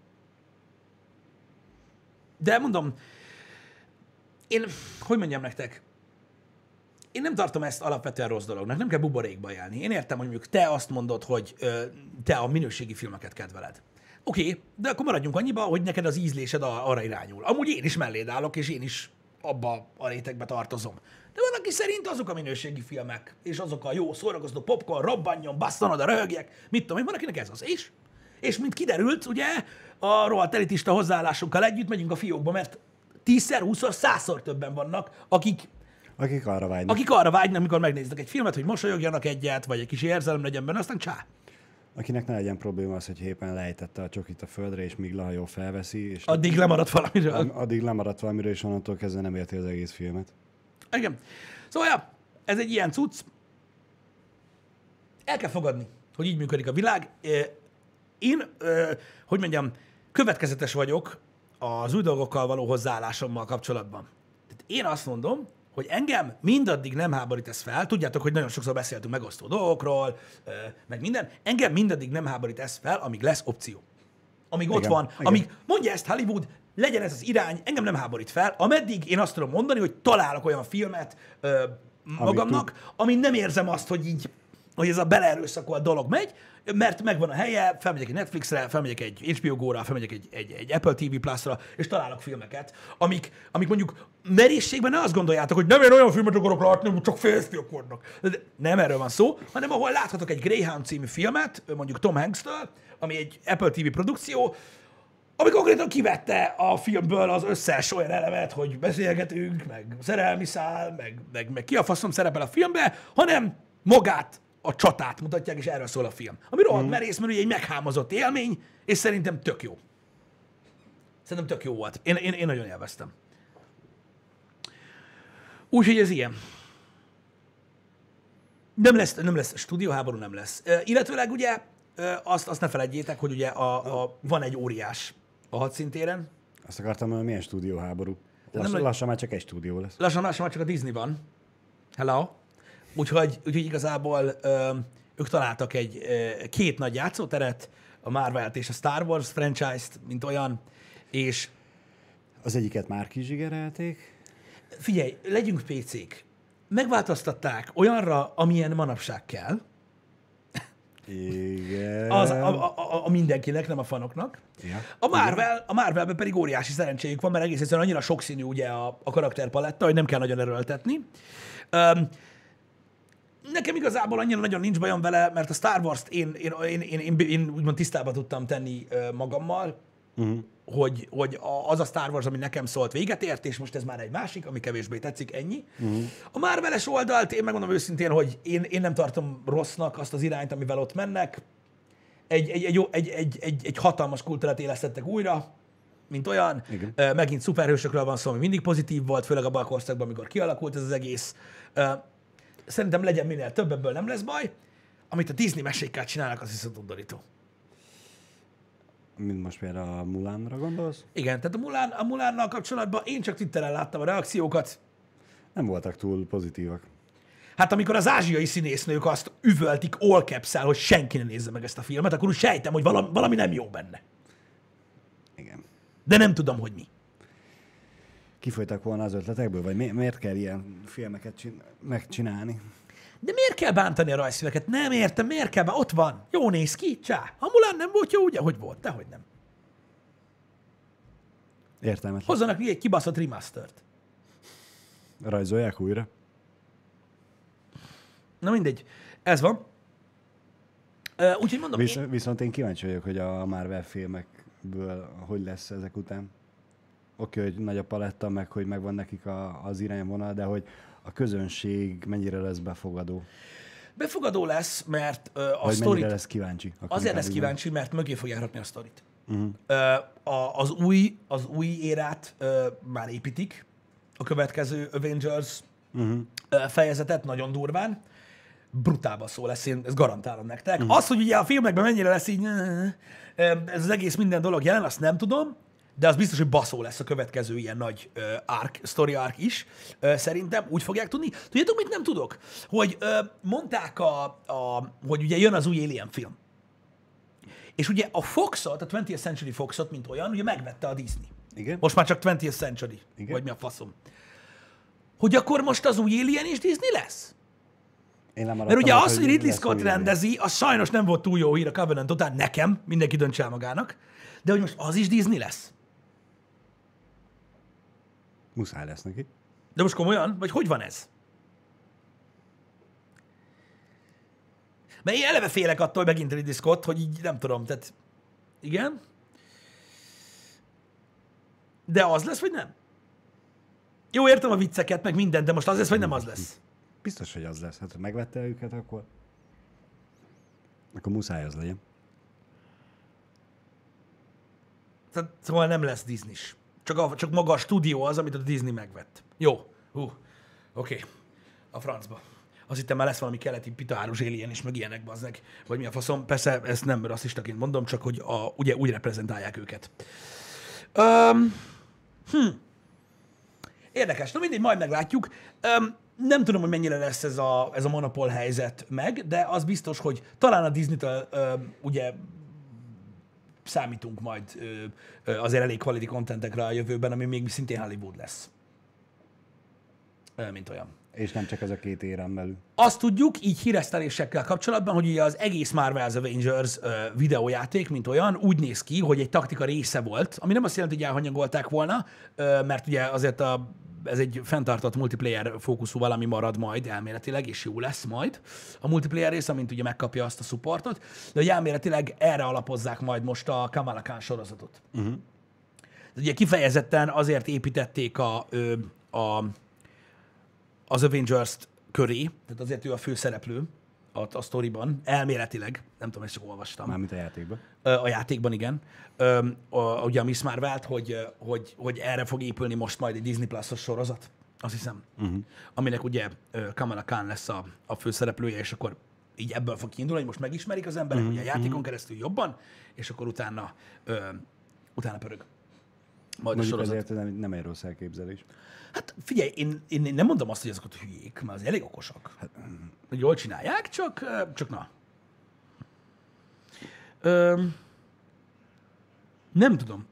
De mondom, én, hogy mondjam nektek, én nem tartom ezt alapvetően rossz dolognak, nem kell buborékba élni. Én értem, hogy mondjuk te azt mondod, hogy ö, te a minőségi filmeket kedveled. Oké, okay, de akkor maradjunk annyiba, hogy neked az ízlésed arra irányul. Amúgy én is melléd állok, és én is abba a rétegbe tartozom. De van, aki szerint azok a minőségi filmek, és azok a jó szórakozó popcorn, robbanjon, basszanod a röhögjek, mit tudom én, van, akinek ez az. És, és mint kiderült, ugye, a rohadt elitista hozzáállásunkkal együtt megyünk a fiókba, mert tízszer, húszszor, százszor többen vannak, akik Akik arra vágynak. Akik arra vágynak, amikor megnéznek egy filmet, hogy mosolyogjanak egyet, vagy egy kis érzelem legyen benne, aztán csá. Akinek ne legyen probléma az, hogy éppen lejtette a csokit a földre, és míg lehajó felveszi, és Addig lemaradt valamiről. addig lemaradt valamiről, és onnantól kezdve nem érti az egész filmet. Igen. Szóval, ja, ez egy ilyen cucc. El kell fogadni, hogy így működik a világ. Én, hogy mondjam, következetes vagyok az új dolgokkal való hozzáállásommal kapcsolatban. Tehát én azt mondom, hogy engem mindaddig nem háborít ez fel, tudjátok, hogy nagyon sokszor beszéltünk megosztó dolgokról, meg minden, engem mindaddig nem háborít ez fel, amíg lesz opció. Amíg Igen, ott van, igen. amíg mondja ezt Hollywood, legyen ez az irány, engem nem háborít fel, ameddig én azt tudom mondani, hogy találok olyan filmet ö, magamnak, amin nem érzem azt, hogy így, hogy ez a beleerőszakolt dolog megy, mert megvan a helye, felmegyek egy Netflixre, felmegyek egy há bé o Go-ra, felmegyek egy, egy, egy Apple té vé Plus-ra, és találok filmeket, amik, amik mondjuk merészségben ne azt gondoljátok, hogy nem én olyan filmet akarok látni, hogy csak férfiak vannak. De nem erről van szó, hanem ahol láthatok egy Greyhound című filmet, mondjuk Tom Hanks-től, ami egy Apple té vé produkció, ami konkrétan kivette a filmből az összes olyan elemet, hogy beszélgetünk, meg szerelmi szál, meg, meg, meg ki a faszom szerepel a filmbe, hanem magát, a csatát mutatják, és erről szól a film. Ami rohadt mm. merész, mert ugye egy meghámozott élmény, és szerintem tök jó. Szerintem tök jó volt. Én, én, én nagyon élveztem. Úgyhogy ez ilyen. Nem lesz, nem lesz stúdióháború, nem lesz. Uh, illetőleg ugye uh, azt, azt ne felejtjétek, hogy ugye a, a, van egy óriás a hadszintéren. Azt akartam, hogy milyen stúdióháború. Lass, Nem, lassan már csak egy stúdió lesz. Lassan, lassan már csak a Disney van. Hello. Úgyhogy, úgyhogy igazából ö, ők találtak egy ö, két nagy játszóteret, a Marvel-t és a Star Wars franchise-t, mint olyan, és Az egyiket már kizsigerelték. figyelj, legyünk pé cék. Megváltoztatták olyanra, amilyen manapság kell, Igen. az a, a, a, a mindenkinek, nem a fanoknak. Ja. A Marvel, a Marvelben pedig óriási szerencséjük van, mert egész egyszerűen annyira sokszínű ugye a, a karakterpaletta, hogy nem kell nagyon erőltetni. Um, Nekem igazából annyira nagyon nincs bajom vele, mert a Star Wars-t én, én, én, én, én, én úgymond tisztába tudtam tenni uh, magammal, uh-huh. hogy, hogy a, az a Star Wars, ami nekem szólt, véget ért, és most ez már egy másik, ami kevésbé tetszik, ennyi. Uh-huh. A Marvel-es oldalt én megmondom őszintén, hogy én, én nem tartom rossznak azt az irányt, amivel ott mennek. Egy, egy, egy, egy, egy, egy, egy hatalmas kultúrát élesztettek újra, mint olyan. Igen. Uh, megint szuperhősökről van szó, ami mindig pozitív volt, főleg abban a korszakban, amikor kialakult ez az egész. Uh, Szerintem legyen minél több, ebből nem lesz baj. Amit a Disney mesékkel csinálnak, az viszont undorító. Mint most például a Mulánra gondolsz? Igen, tehát a, Mulán, a Mulánnal kapcsolatban én csak Twitteren láttam a reakciókat. Nem voltak túl pozitívak. Hát amikor az ázsiai színésznők azt üvöltik all caps-el, hogy senki ne nézze meg ezt a filmet, akkor úgy sejtem, hogy valami, valami nem jó benne. Igen. De nem tudom, hogy mi. Kifolytak volna az ötletekből, vagy mi, miért kell ilyen filmeket csin- megcsinálni? De miért kell bántani a rajzfilmeket? Nem értem, miért kell bántani? Ott van, jó néz ki, csá. A Mulán nem volt jó, ugye? Hogy volt? Dehogy nem. Értelmetlen. Hozzanak még egy kibaszott remastert. Rajzolják újra. Na mindegy, ez van. Uh, úgyhogy mondom, Visz, én... Viszont én kíváncsi vagyok, hogy a Marvel filmekből hogy lesz ezek után. Oké, okay, hogy nagy a paletta, meg hogy megvan nekik a, az irányvonal, de hogy a közönség mennyire lesz befogadó. Befogadó lesz, mert uh, a vagy sztorit... mennyire lesz kíváncsi. Azért lesz kíváncsi, mert mögé fogják rakni a sztorit. Uh-huh. Uh, a, az, új, az új érát uh, már építik, a következő Avengers uh-huh. uh, fejezetet nagyon durván. Brutálba szó lesz, én ezt garantálom nektek. Uh-huh. Az, hogy ugye a filmekben mennyire lesz így, ez az egész minden dolog jelen, azt nem tudom, de az biztos, hogy baszó lesz a következő ilyen nagy uh, arc, story arc is, uh, szerintem, úgy fogják tudni. Tudjátok, mit nem tudok? Hogy uh, mondták, a, a, hogy ugye jön az új Alien film. És ugye a Foxot, a twentieth Century Foxot, mint olyan, ugye megvette a Disney. Igen? Most már csak twentieth Century, igen? Vagy mi a faszom. Hogy akkor most az új Alien is Disney lesz? Én nem Mert ugye ott, az, hogy Ridley Scott rendezi, az sajnos nem volt túl jó hír a Covenant után nekem, mindenki döntse el magának, de hogy most az is Disney lesz. Muszáj lesz neki. De most komolyan? Vagy hogy van ez? Mert én eleve félek attól, hogy megint Ridley Scott, hogy így nem tudom, tehát igen. De az lesz, vagy nem? Jó, értem a vicceket, meg mindent, de most az lesz, vagy nem az lesz? Biztos, hogy az lesz. Hát ha megvette őket, akkor akkor muszáj az legyen. Tehát, szóval nem lesz Disney-s. Csak, a, csak maga a stúdió az, amit a Disney megvett. Jó. Hú. Oké. Okay. A francba. Azt hittem már lesz valami keleti pitárus alien is, meg ilyenek, bazdnek. Vagy mi a faszom. Persze ezt nem rasszistaként mondom, csak hogy a, ugye úgy reprezentálják őket. Um, hm. Érdekes. Na mindegy, majd meglátjuk. Um, nem tudom, hogy mennyire lesz ez a, ez a monopól helyzet meg, de az biztos, hogy talán a Disney-től um, ugye számítunk majd ö, ö, azért elég quality contentekre a jövőben, ami még szintén Hollywood lesz. Ö, mint olyan. És nem csak ez a két érem belül. Azt tudjuk, így híresztelésekkel kapcsolatban, hogy ugye az egész Marvel's Avengers ö, videójáték, mint olyan, úgy néz ki, hogy egy taktika része volt, ami nem azt jelenti, hogy elhanyagolták volna, ö, mert ugye azért a ez egy fenntartott multiplayer fókuszú valami marad majd elméletileg, és jó lesz majd a multiplayer rész, amint ugye megkapja azt a supportot, de hogy elméletileg erre alapozzák majd most a Kamala Khan sorozatot. Uh-huh. Ugye kifejezetten azért építették a, a, az Avengers-t köré, tehát azért ő a főszereplő a, a sztoriban, elméletileg, nem tudom, ezt csak olvastam. Mármint a játékban. A játékban, igen. A, ugye a Miss Marvel-t, hogy, hogy, hogy erre fog épülni most majd egy Disney Plus-os sorozat, azt hiszem. Uh-huh. Aminek ugye Kamala Khan lesz a, a főszereplője, és akkor így ebből fog kiindulni, hogy most megismerik az emberek, uh-huh. ugye a játékon keresztül jobban, és akkor utána, ö, utána pörög. Majd mondjuk azért nem, nem egy rossz elképzelés. Hát figyelj, én, én nem mondom azt, hogy azokat hülyék, mert az elég okosak. Hát, jól csinálják, csak, csak na. Ö, nem tudom.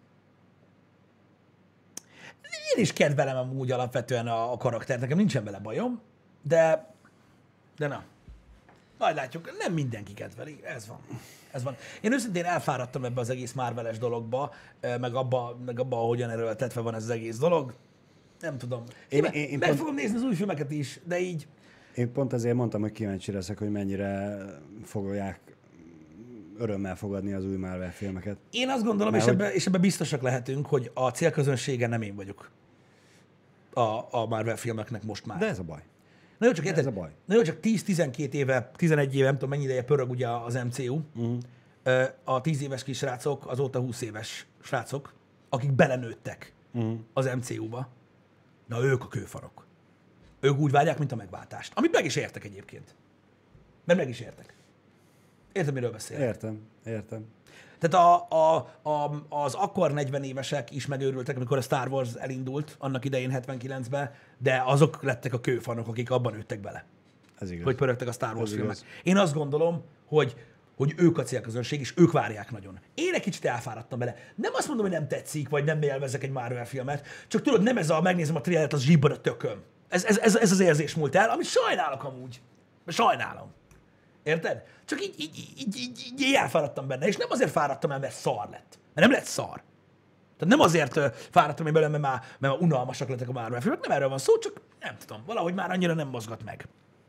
Én is kedvelem amúgy alapvetően a, a karaktert, nekem nincsen vele bajom, de, de na. Majd látjuk, nem mindenki kedveli, ez van. Ez van. Én őszintén elfáradtam ebbe az egész Marvel-es dologba, meg abba, meg abba, ahogyan erőltetve van ez az egész dolog. Nem tudom. Én, én, én meg pont... fogom nézni az új filmeket is, de így... Én pont azért mondtam, hogy kíváncsi leszek, hogy mennyire fogják örömmel fogadni az új Marvel filmeket. Én azt gondolom, és, hogy... ebbe, és ebbe biztosak lehetünk, hogy a célközönsége nem én vagyok a, a Marvel filmeknek most már. De ez a baj. Na jó, csak érted, ez a baj. Na jó, csak tíz-tizenkét éve, tizenegy éve, nem tudom mennyi ideje pörög ugye az em cé u. Uh-huh. A tíz éves kisrácok, azóta húsz éves srácok, akik belenőttek uh-huh. az em cé u-ba. Na ők a kőfarok. Ők úgy várják, mint a megváltást. Amit meg is értek egyébként. Mert meg is értek. Értem, miről beszélek? Értem, értem. Tehát a, a, a, az akkor negyven évesek is megőrültek, amikor a Star Wars elindult, annak idején hetvenkilencben, de azok lettek a kőfanok, akik abban nőttek bele. Ez igaz. Hogy pörögtek a Star Wars filmek. Én azt gondolom, hogy, hogy ők a célközönség, és ők várják nagyon. Én egy kicsit elfáradtam bele. Nem azt mondom, hogy nem tetszik, vagy nem élvezek egy Marvel filmet, csak tudod, nem ez a megnézem a trailert, az zsibban a tököm. Ez, ez, ez, ez az érzés múlt el, amit sajnálok amúgy. Sajnálom. Érted? Csak így, így, így, így, így elfáradtam benne, és nem azért fáradtam el, mert szar lett. Mert nem lett szar. Tehát nem azért uh, fáradtam én belőle, mert már, mert már unalmasak lettek a Marvel filmek, nem erről van szó, csak nem tudom, valahogy már annyira nem mozgat meg.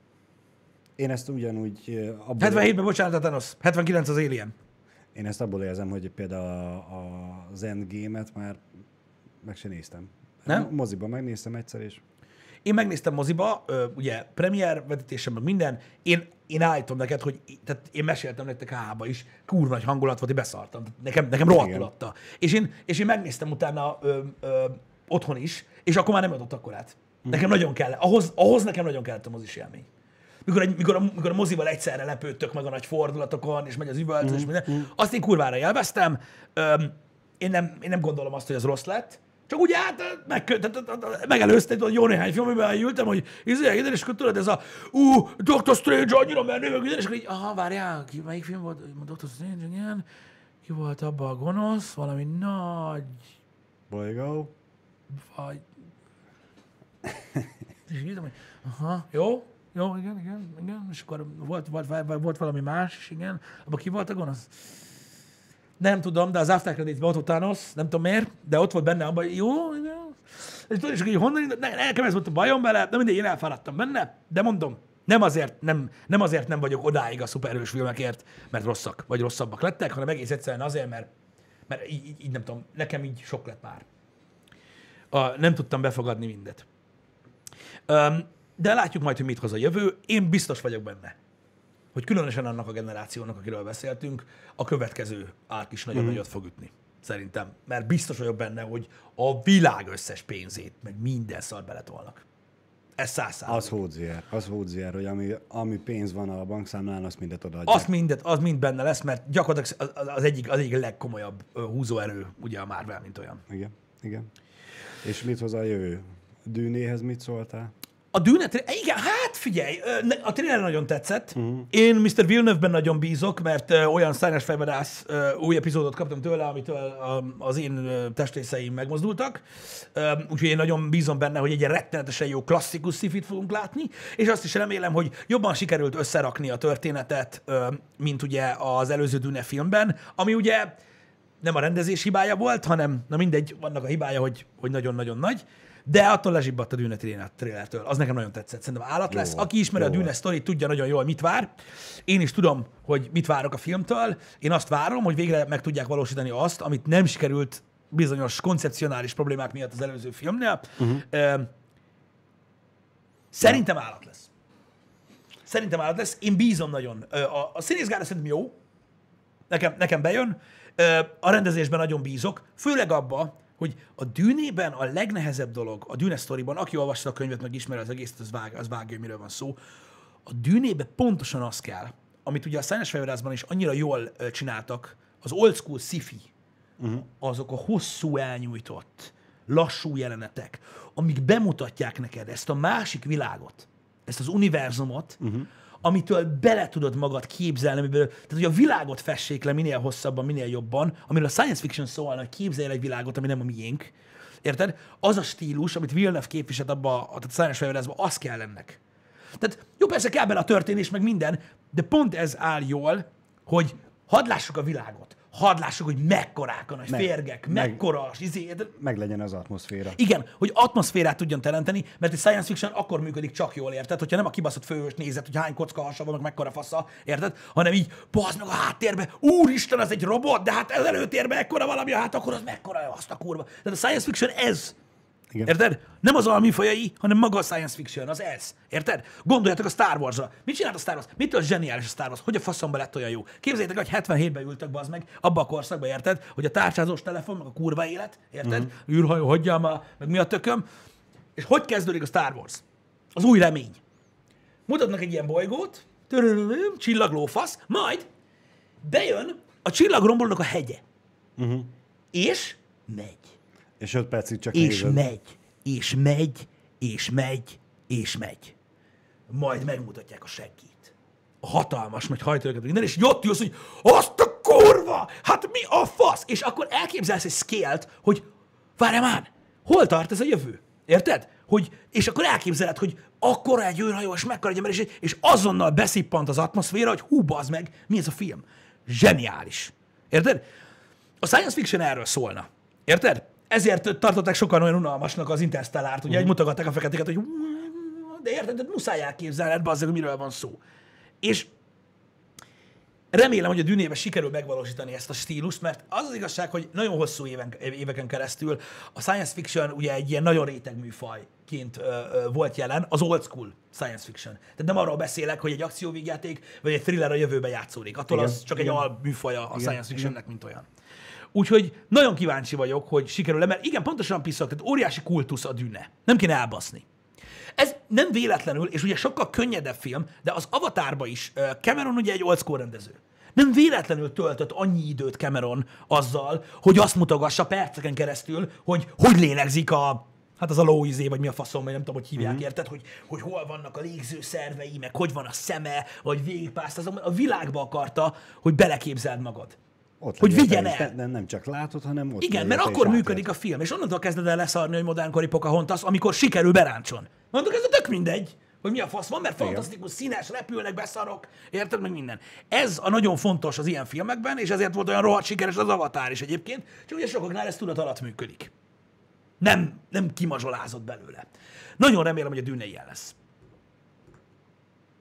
Én ezt ugyanúgy... Abból hetvenhétben, bocsánat, a Thanos. hetvenkilenc az Alien. Én ezt abból érzem, hogy például a, a, az Endgame-et már meg se néztem. Nem? Moziban megnéztem egyszer, és... Én megnéztem moziba, ugye premier vetítésem, meg minden. Én, én állítom neked, hogy tehát én meséltem nektek hába is, kurva nagy hangulat volt, hogy beszartam. Nekem, nekem rohadtul adta. És én, és én megnéztem utána ö, ö, otthon is, és akkor már nem adott akkorát. Nekem mm. nagyon kell, ahhoz, ahhoz nekem nagyon kellett a mozis élmény. Mikor, egy, mikor, a, mikor a mozival egyszerre lepődtök meg a nagy fordulatokon, és megy az üvöltő, mm. és minden, mm. azt én kurvára élveztem. Öm, én, nem, én nem gondolom azt, hogy az rossz lett. Csak úgy hát meg, megelőzte, hogy jó néhány filmben ültem, hogy izé, ide, és akkor tudod, ez a ú, Doctor Strange annyira menő, meg ide, és akkor így, aha, várjál, ki, melyik film volt? Doctor Strange, igen. Ki volt abban a gonosz? Valami nagy... Bolygó? Vagy... és írtam, hogy aha, jó, jó, igen, igen, igen, és akkor volt, volt, volt valami más is, igen. Abban ki volt a gonosz? Nem tudom, de az After Credits-ben ott volt Thanos, nem tudom miért, de ott volt benne abban, jó, igen. És tudod, és akkor így honnan, ne, nekem ez volt a bajom vele, de mindegy, én elfáradtam benne, de mondom, Nem azért nem, nem azért nem vagyok odáig a szuperhős filmekért, mert rosszak, vagy rosszabbak lettek, hanem egész egyszerűen azért, mert, mert így, így, így nem tudom, nekem így sok lett már. A, nem tudtam befogadni mindet. Um, de látjuk majd, hogy mit hoz a jövő. Én biztos vagyok benne, hogy különösen annak a generációnak, akiről beszéltünk, a következő árk is nagyon mm. nagyot fog ütni. Szerintem. Mert biztos vagyok benne, hogy a világ összes pénzét, meg minden szar beletolnak. Ez száz százalék. Az hódzier, az hódzier, hogy ami, ami pénz van a bankszámlán, azt mindet odaadják. Azt mindet, az mind benne lesz, mert gyakorlatilag az, az, egyik, az egyik legkomolyabb húzóerő ugye a Marvel, mint olyan. Igen, igen. És mit hoz a jövő? Dűnéhez mit szóltál? A Dune, igen, hát figyelj, a trailer nagyon tetszett. Uh-huh. Én miszter Villeneuve-ben nagyon bízok, mert olyan szárnyas fejvadász új epizódot kaptam tőle, amitől az én testrészeim megmozdultak. Úgyhogy én nagyon bízom benne, hogy egy rettenetesen jó klasszikus sci-fit fogunk látni, és azt is remélem, hogy jobban sikerült összerakni a történetet, mint ugye az előző Dune filmben, ami ugye nem a rendezés hibája volt, hanem, na mindegy, vannak a hibája, hogy, hogy nagyon-nagyon nagy. De attól lezsibbadt a Dune trailertől. Az nekem nagyon tetszett. Szerintem állat lesz. Jó, Aki ismeri jó. a Dune sztorit, tudja nagyon jól, mit vár. Én is tudom, hogy mit várok a filmtől. Én azt várom, hogy végre meg tudják valósítani azt, amit nem sikerült bizonyos koncepcionális problémák miatt az előző filmnél. Uh-huh. Szerintem állat lesz. Szerintem állat lesz. Én bízom nagyon. A, a színészgárda szerintem jó. Nekem, nekem bejön. A rendezésben nagyon bízok. Főleg abba, hogy a Dűnében a legnehezebb dolog, a Dune sztoriban, aki olvasta a könyvet, meg ismeri az egészet, az, vág, az vágja, hogy miről van szó. A Dűnében pontosan az kell, amit ugye a szárnyas fejvadászban is annyira jól uh, csináltak, az old school sci-fi, uh-huh. azok a hosszú elnyújtott, lassú jelenetek, amik bemutatják neked ezt a másik világot, ezt az univerzumot, uh-huh. amitől bele tudod magad képzelni, amiből, tehát hogy a világot fessék le minél hosszabban, minél jobban, amiről a science fiction szólna, hogy képzelj el egy világot, ami nem a miénk. Érted? Az a stílus, amit Villeneuve képviselt abba a szárnyas fejvadászban, az kell ennek. Tehát jó, persze kell bele a történés, meg minden, de pont ez áll jól, hogy hadd lássuk a világot. Hadd lássuk, hogy mekkorák a nagy meg, férgek, meg, mekkora, izé, meg legyen az atmoszféra. Igen, hogy atmoszférát tudjon teremteni, mert egy science fiction akkor működik csak jól, érted? Hogyha nem a kibaszott főhős nézet, hogy hány kocka hasa van, meg mekkora fasza, érted? Hanem így, bazd meg a háttérbe, úristen, az egy robot, de hát ez előtérbe ekkora valami, hát akkor az mekkora, azt a kurva. Tehát a science fiction ez. Igen. Érted? Nem az alműfajai, hanem maga a science fiction, az ez. Érted? Gondoljatok a Star Wars-ra. Mit csinált a Star Wars? Mitől zseniális a Star Wars? Hogy a faszomba lett olyan jó? Képzeljétek, hogy hetvenhétben ültek, bazd meg, abba a korszakba, érted? Hogy a tárcsázós telefon, meg a kurva élet, érted? Uh-huh. űrhajó, hagyjál már, meg mi a tököm. És hogy kezdődik a Star Wars? Az új remény. Mutatnak egy ilyen bolygót, csillaglófasz, majd bejön a csillagrombolónak a hegye. Uh-huh. És megy. És öt percig csak És nézed. megy, és megy, és megy, és megy. Majd megmutatják a seggét. A hatalmas nagy hajtóerőket, minden, és ott jössz, hogy azt a kurva! Hát mi a fasz? És akkor elképzelsz egy scale-t, hogy várjál már, hol tart ez a jövő? Érted? Hogy, és akkor elképzeled, hogy akkora egy űrhajó, és mekkora egy ember, és, és azonnal beszippant az atmoszféra, hogy hú, bazd meg, mi ez a film? Zseniális. Érted? A science fiction erről szólna. Érted? Ezért tartották sokan olyan unalmasnak az Interstellárt, ugye, uh-huh. hogy mutogatták a feketéket, hogy de érted, de muszáj elképzelned, bazzeg, hogy miről van szó. És remélem, hogy a Dűnében sikerül megvalósítani ezt a stílust, mert az az igazság, hogy nagyon hosszú éven, éveken keresztül a science fiction ugye egy ilyen nagyon réteg műfajként ö, ö, volt jelen, az old school science fiction. Tehát nem arról beszélek, hogy egy akcióvígjáték, vagy egy thriller a jövőbe játszódik. Attól igen, az csak igen. egy alműfaja a igen, science fictionnek, igen. mint olyan. Úgyhogy nagyon kíváncsi vagyok, hogy sikerül-e, mert igen, pontosan piszak, tehát óriási kultusz a Dune. Nem kéne elbaszni. Ez nem véletlenül, és ugye sokkal könnyedebb film, de az Avatarba is Cameron ugye egy old school rendező. Nem véletlenül töltött annyi időt Cameron azzal, hogy azt mutogassa perceken keresztül, hogy hogy lélegzik a, hát az a lóizé, vagy mi a faszom, vagy nem tudom, hogy hívják, mm-hmm. érted, hogy, hogy hol vannak a légzőszervei, meg hogy van a szeme, vagy végigpásztázom. A világba akarta, hogy beleképzeld magad. Ott hogy vigyen el. Nem, nem csak látod, hanem ott. Igen, mert akkor működik a film, és onnantól kezded el leszarni, hogy modernkori Pocahontas, amikor sikerül beráncson. Mondok, ez a tök mindegy, hogy mi a fasz van, mert igen. fantasztikus, színes, repülnek, beszarok, érted, meg minden. Ez a nagyon fontos az ilyen filmekben, és ezért volt olyan rohadt sikeres az Avatar is egyébként, csak ugye sokaknál ez tudat alatt működik. Nem, nem kimazsolázott belőle. Nagyon remélem, hogy a Dune ilyen lesz.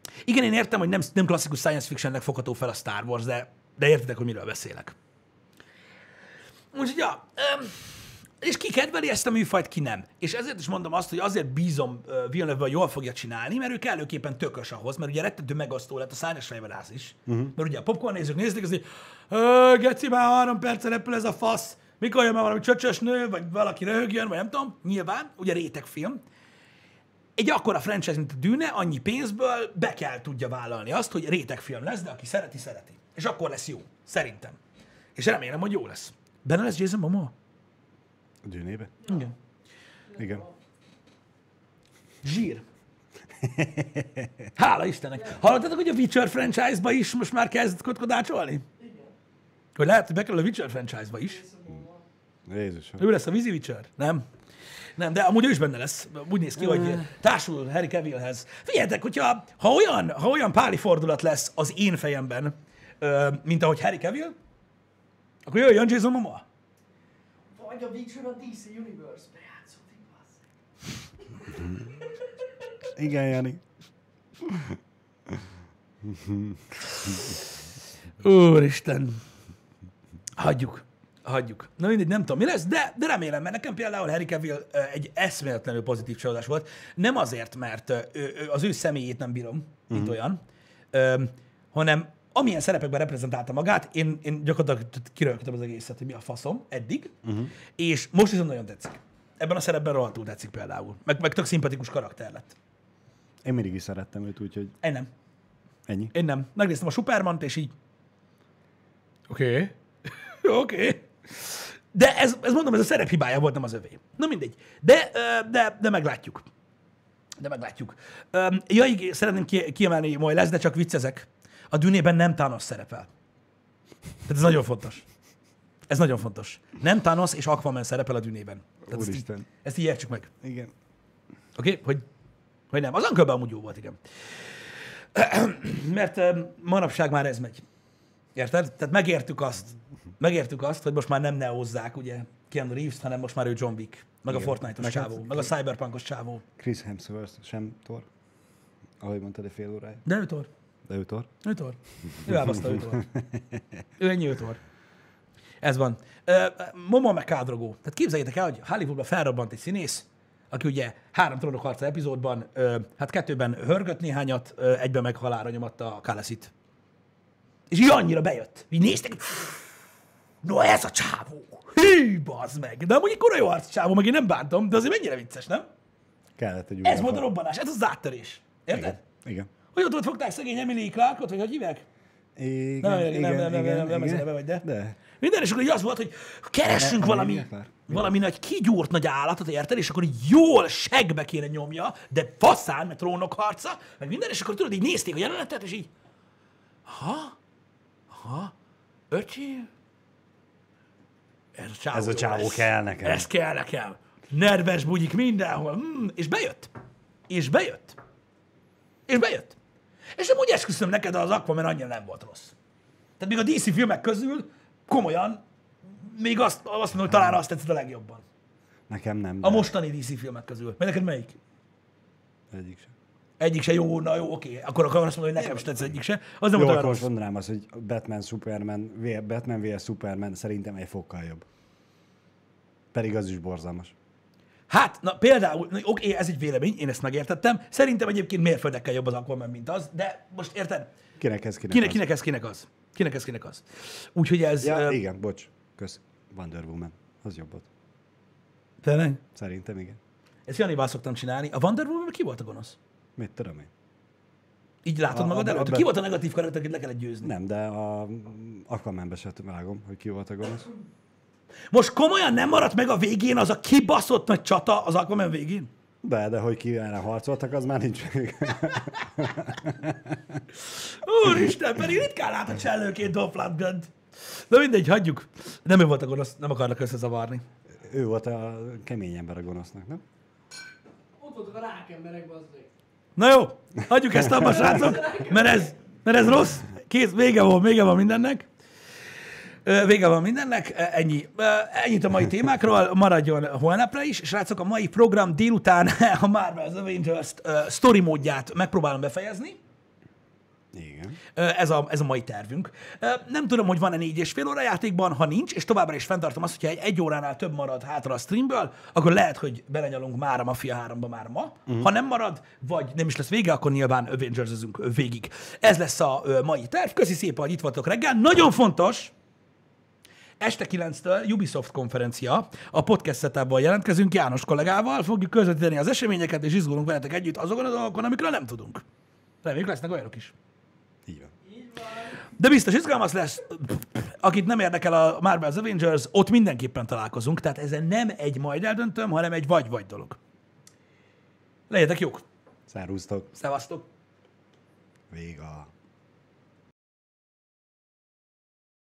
Igen, én értem, hogy nem, nem klasszikus science fictionnek fogható fel a Star Wars, de, de értitek, hogy miről beszélek. Úgyhogy, ja, öm, és ki kedveli ezt a műfajt, ki nem. És ezért is mondom azt, hogy azért bízom uh, Villeneuve-ben, jól fogja csinálni, mert ő kellőképpen tökös ahhoz, mert ugye rettentő megosztó lett a Szárnyas fejvadász is. Uh-huh. Mert ugye a popcorn nézők nézték, az, hogy geci, már három percre repül ez a fasz, mikor jön már valami csöcsös nő, vagy valaki röhögjön, vagy nem tudom, nyilván, ugye rétegfilm. Egy akkora franchise, mint a Dűne, annyi pénzből be kell tudja vállalni azt, hogy rétegfilm lesz, de aki szereti, szereti. És akkor lesz jó, szerintem. És remélem, hogy jó lesz. Benne lesz Jason Momoa? A Dűnébe? Igen. Igen. Zsír. Hála Istennek. Hallottatok, hogy a Witcher franchise-ba is most már kezd kotkodácsolni? Igen. Hogy lehet, hogy bekerül a Witcher franchise-ba is. Jézusom. Ő lesz a vízi Witcher? Nem. Nem, de amúgy ő is benne lesz. Úgy néz ki, hogy társul Harry Cavillhez. Figyeljetek, hogyha ha olyan, ha olyan páli fordulat lesz az én fejemben, mint ahogy Harry Cavill, akkor jöjjön Jason Momoa. Vagy a Witcher a dé cé Universe-be játszott, Igen, Jani. Úristen. Hagyjuk. Hagyjuk. Na mindegy, nem tudom, mi lesz, de, de remélem, mert nekem például Harry Cavill egy eszméletlenül pozitív csalódás volt. Nem azért, mert ő, ő, az ő személyét nem bírom, mint uh-huh. olyan, ö, hanem amilyen szerepekben reprezentálta magát, én, én gyakorlatilag kirögtem az egészet, hogy mi a faszom eddig, uh-huh. és most viszont nagyon tetszik. Ebben a szerepben rohadtul tetszik például. Meg, meg tök szimpatikus karakter lett. Én mindig is szerettem őt, úgyhogy... Én nem. Ennyi? Én nem. Megnéztem a Supermant, és így... Oké. Okay. Oké. Okay. De ez, ez mondom, ez a szerep hibája volt, nem az övé. Na mindegy. De, de, de meglátjuk. De meglátjuk. Ja, igen, szeretném ki, kiemelni, majd lesz, de csak viccezek. A Dűnében nem Thanos szerepel. Tehát ez nagyon fontos. Ez nagyon fontos. Nem Thanos és Aquaman szerepel a Dűnében. Tehát ezt, így, ezt így értsük meg. Igen. Oké? Okay? Hogy, hogy nem. Az Uncle-ben amúgy jó volt, igen. Mert manapság már ez megy. Érted? Tehát megértük azt, megértük azt, hogy most már nem neozzák, ugye, Keanu Reeves, hanem most már ő John Wick, meg igen. A Fortnite-os meg csávó, meg a Cyberpunk-os csávó. Chris Hemsworth sem Thor, ahogy mondtad egy fél órája. De ő Thor. De ő Thor? Ő Thor. Ő elbaszta, ő Thor. Ő ennyi ő Thor. Ez van. Uh, Momoa meg Khal Drogo. Tehát képzeljétek el, hogy Hollywoodban felrobbant egy színész, aki ugye három trónok harca epizódban, uh, hát kettőben hörgött néhányat, uh, egyben meg halálra nyomatta a Khaleesi-t. És így annyira bejött. Így néztek, no ez a csávó. Hű, bazd meg. De amúgy egy korai jó arc csávó, meg én nem bántom, de azért mennyire vicces, nem? Kellett egy Ez volt a robbanás, ez az áttörés. Érted? Igen. Igen. Hogy ott, ott fogták szegény Emily Clarkot, vagy hogy hívják? Igen, nem, igen, nem, nem, nem, igen, nem, nem, igen. nem, nem, vagy, de. de. Minden, és akkor így az volt, hogy keressünk Ne, valami, ne, valami nagy kigyúrt nagy állatot, érted? És akkor így jól segbe kéne nyomja, de faszán, mert trónok harca, meg minden, és akkor tudod, így nézték a jelenetet, és így, ha? Ha? Öcsi? Ez a csávó, Ez a csávó lesz. kell nekem. Ez kell nekem. Nerves bugyik mindenhol. Mm, és bejött. És bejött. És bejött. És amúgy esküszöm neked, az Aquaman annyira nem volt rossz. Tehát még a dé cé filmek közül komolyan, még azt, azt mondom, hogy talán azt tetszett a legjobban. Nekem nem. De... A mostani dé cé filmek közül. Mert neked melyik? Egyik sem. Egyik se jó, na jó, oké. Akkor akkor azt mondom, hogy nekem is tetszett egyik se. Az nem Jó, volt olyan akkor most rossz. mondanám azt, hogy Batman, Superman, Batman versus. Superman szerintem egy fokkal jobb. Pedig az is borzalmas. Hát, na például, na, oké, ez egy vélemény, én ezt megértettem. Szerintem egyébként mérföldekkel jobb az Aquaman, mint az, de most érted? Kinek ez, kinek, Kinek, az? kinek ez, kinek az? Kinek ez, kinek az? Úgyhogy ez... Ja, uh, igen, bocs. Kösz. Wonder Woman. Az jobb volt. Tényleg? Szerintem igen. Ezt Janival szoktam csinálni. A Wonder Woman ki volt a gonosz? Mit tudom én? Így látod A- magad a- előtt? a- Ki volt a negatív karakter, akit le kellett győzni? Nem, de a Aquamanbe se vágom, hogy ki volt a gonosz. Most komolyan nem maradt meg a végén az a kibaszott nagy csata az Aquaman végén? De, de hogy ki ellen harcoltak, az már nincs még. Úristen, pedig ritkán látott csellőként Dolph Lundgren-t. De mindegy, hagyjuk. Nem ő volt a gonosz, nem akarnak összezavarni. Ő volt a kemény ember a gonosznak, nem? Ott voltak a rákemberek, bazdmeg. Na jó, hagyjuk ezt abba, srácok, mert ez, mert ez rossz. Kész, vége van, vége van mindennek. Ö, Vége van mindennek, Ö, ennyi. Ö, Ennyit a mai témákról, maradjon holnapra is. Srácok, a mai program délután a Marvel's Avengers uh, story módját megpróbálom befejezni. Igen. Ez a, ez a mai tervünk. Nem tudom, hogy van-e négy és fél óra játékban, ha nincs, és továbbra is fenntartom azt, hogyha egy, egy óránál több marad hátra a streamből, akkor lehet, hogy belenyalunk már a Mafia háromba már ma. Uh-huh. Ha nem marad, vagy nem is lesz vége, akkor nyilván Avengers-özünk végig. Ez lesz a mai terv. Köszi szépen, hogy itt voltok reggel. Nagyon fontos, este kilenctől Ubisoft konferencia, a podcast setupban jelentkezünk János kollégával, fogjuk közvetíteni az eseményeket, és izgulunk veletek együtt azokon a dolgokon, amikről nem tudunk. Reméljük lesznek olyanok is. Így van. De biztos izgalmas lesz, akit nem érdekel a Marvel's Avengers, ott mindenképpen találkozunk, tehát ezen nem egy majd eldöntöm, hanem egy vagy-vagy dolog. Legyetek jók! Szervusztok! Szevasztok! Véga!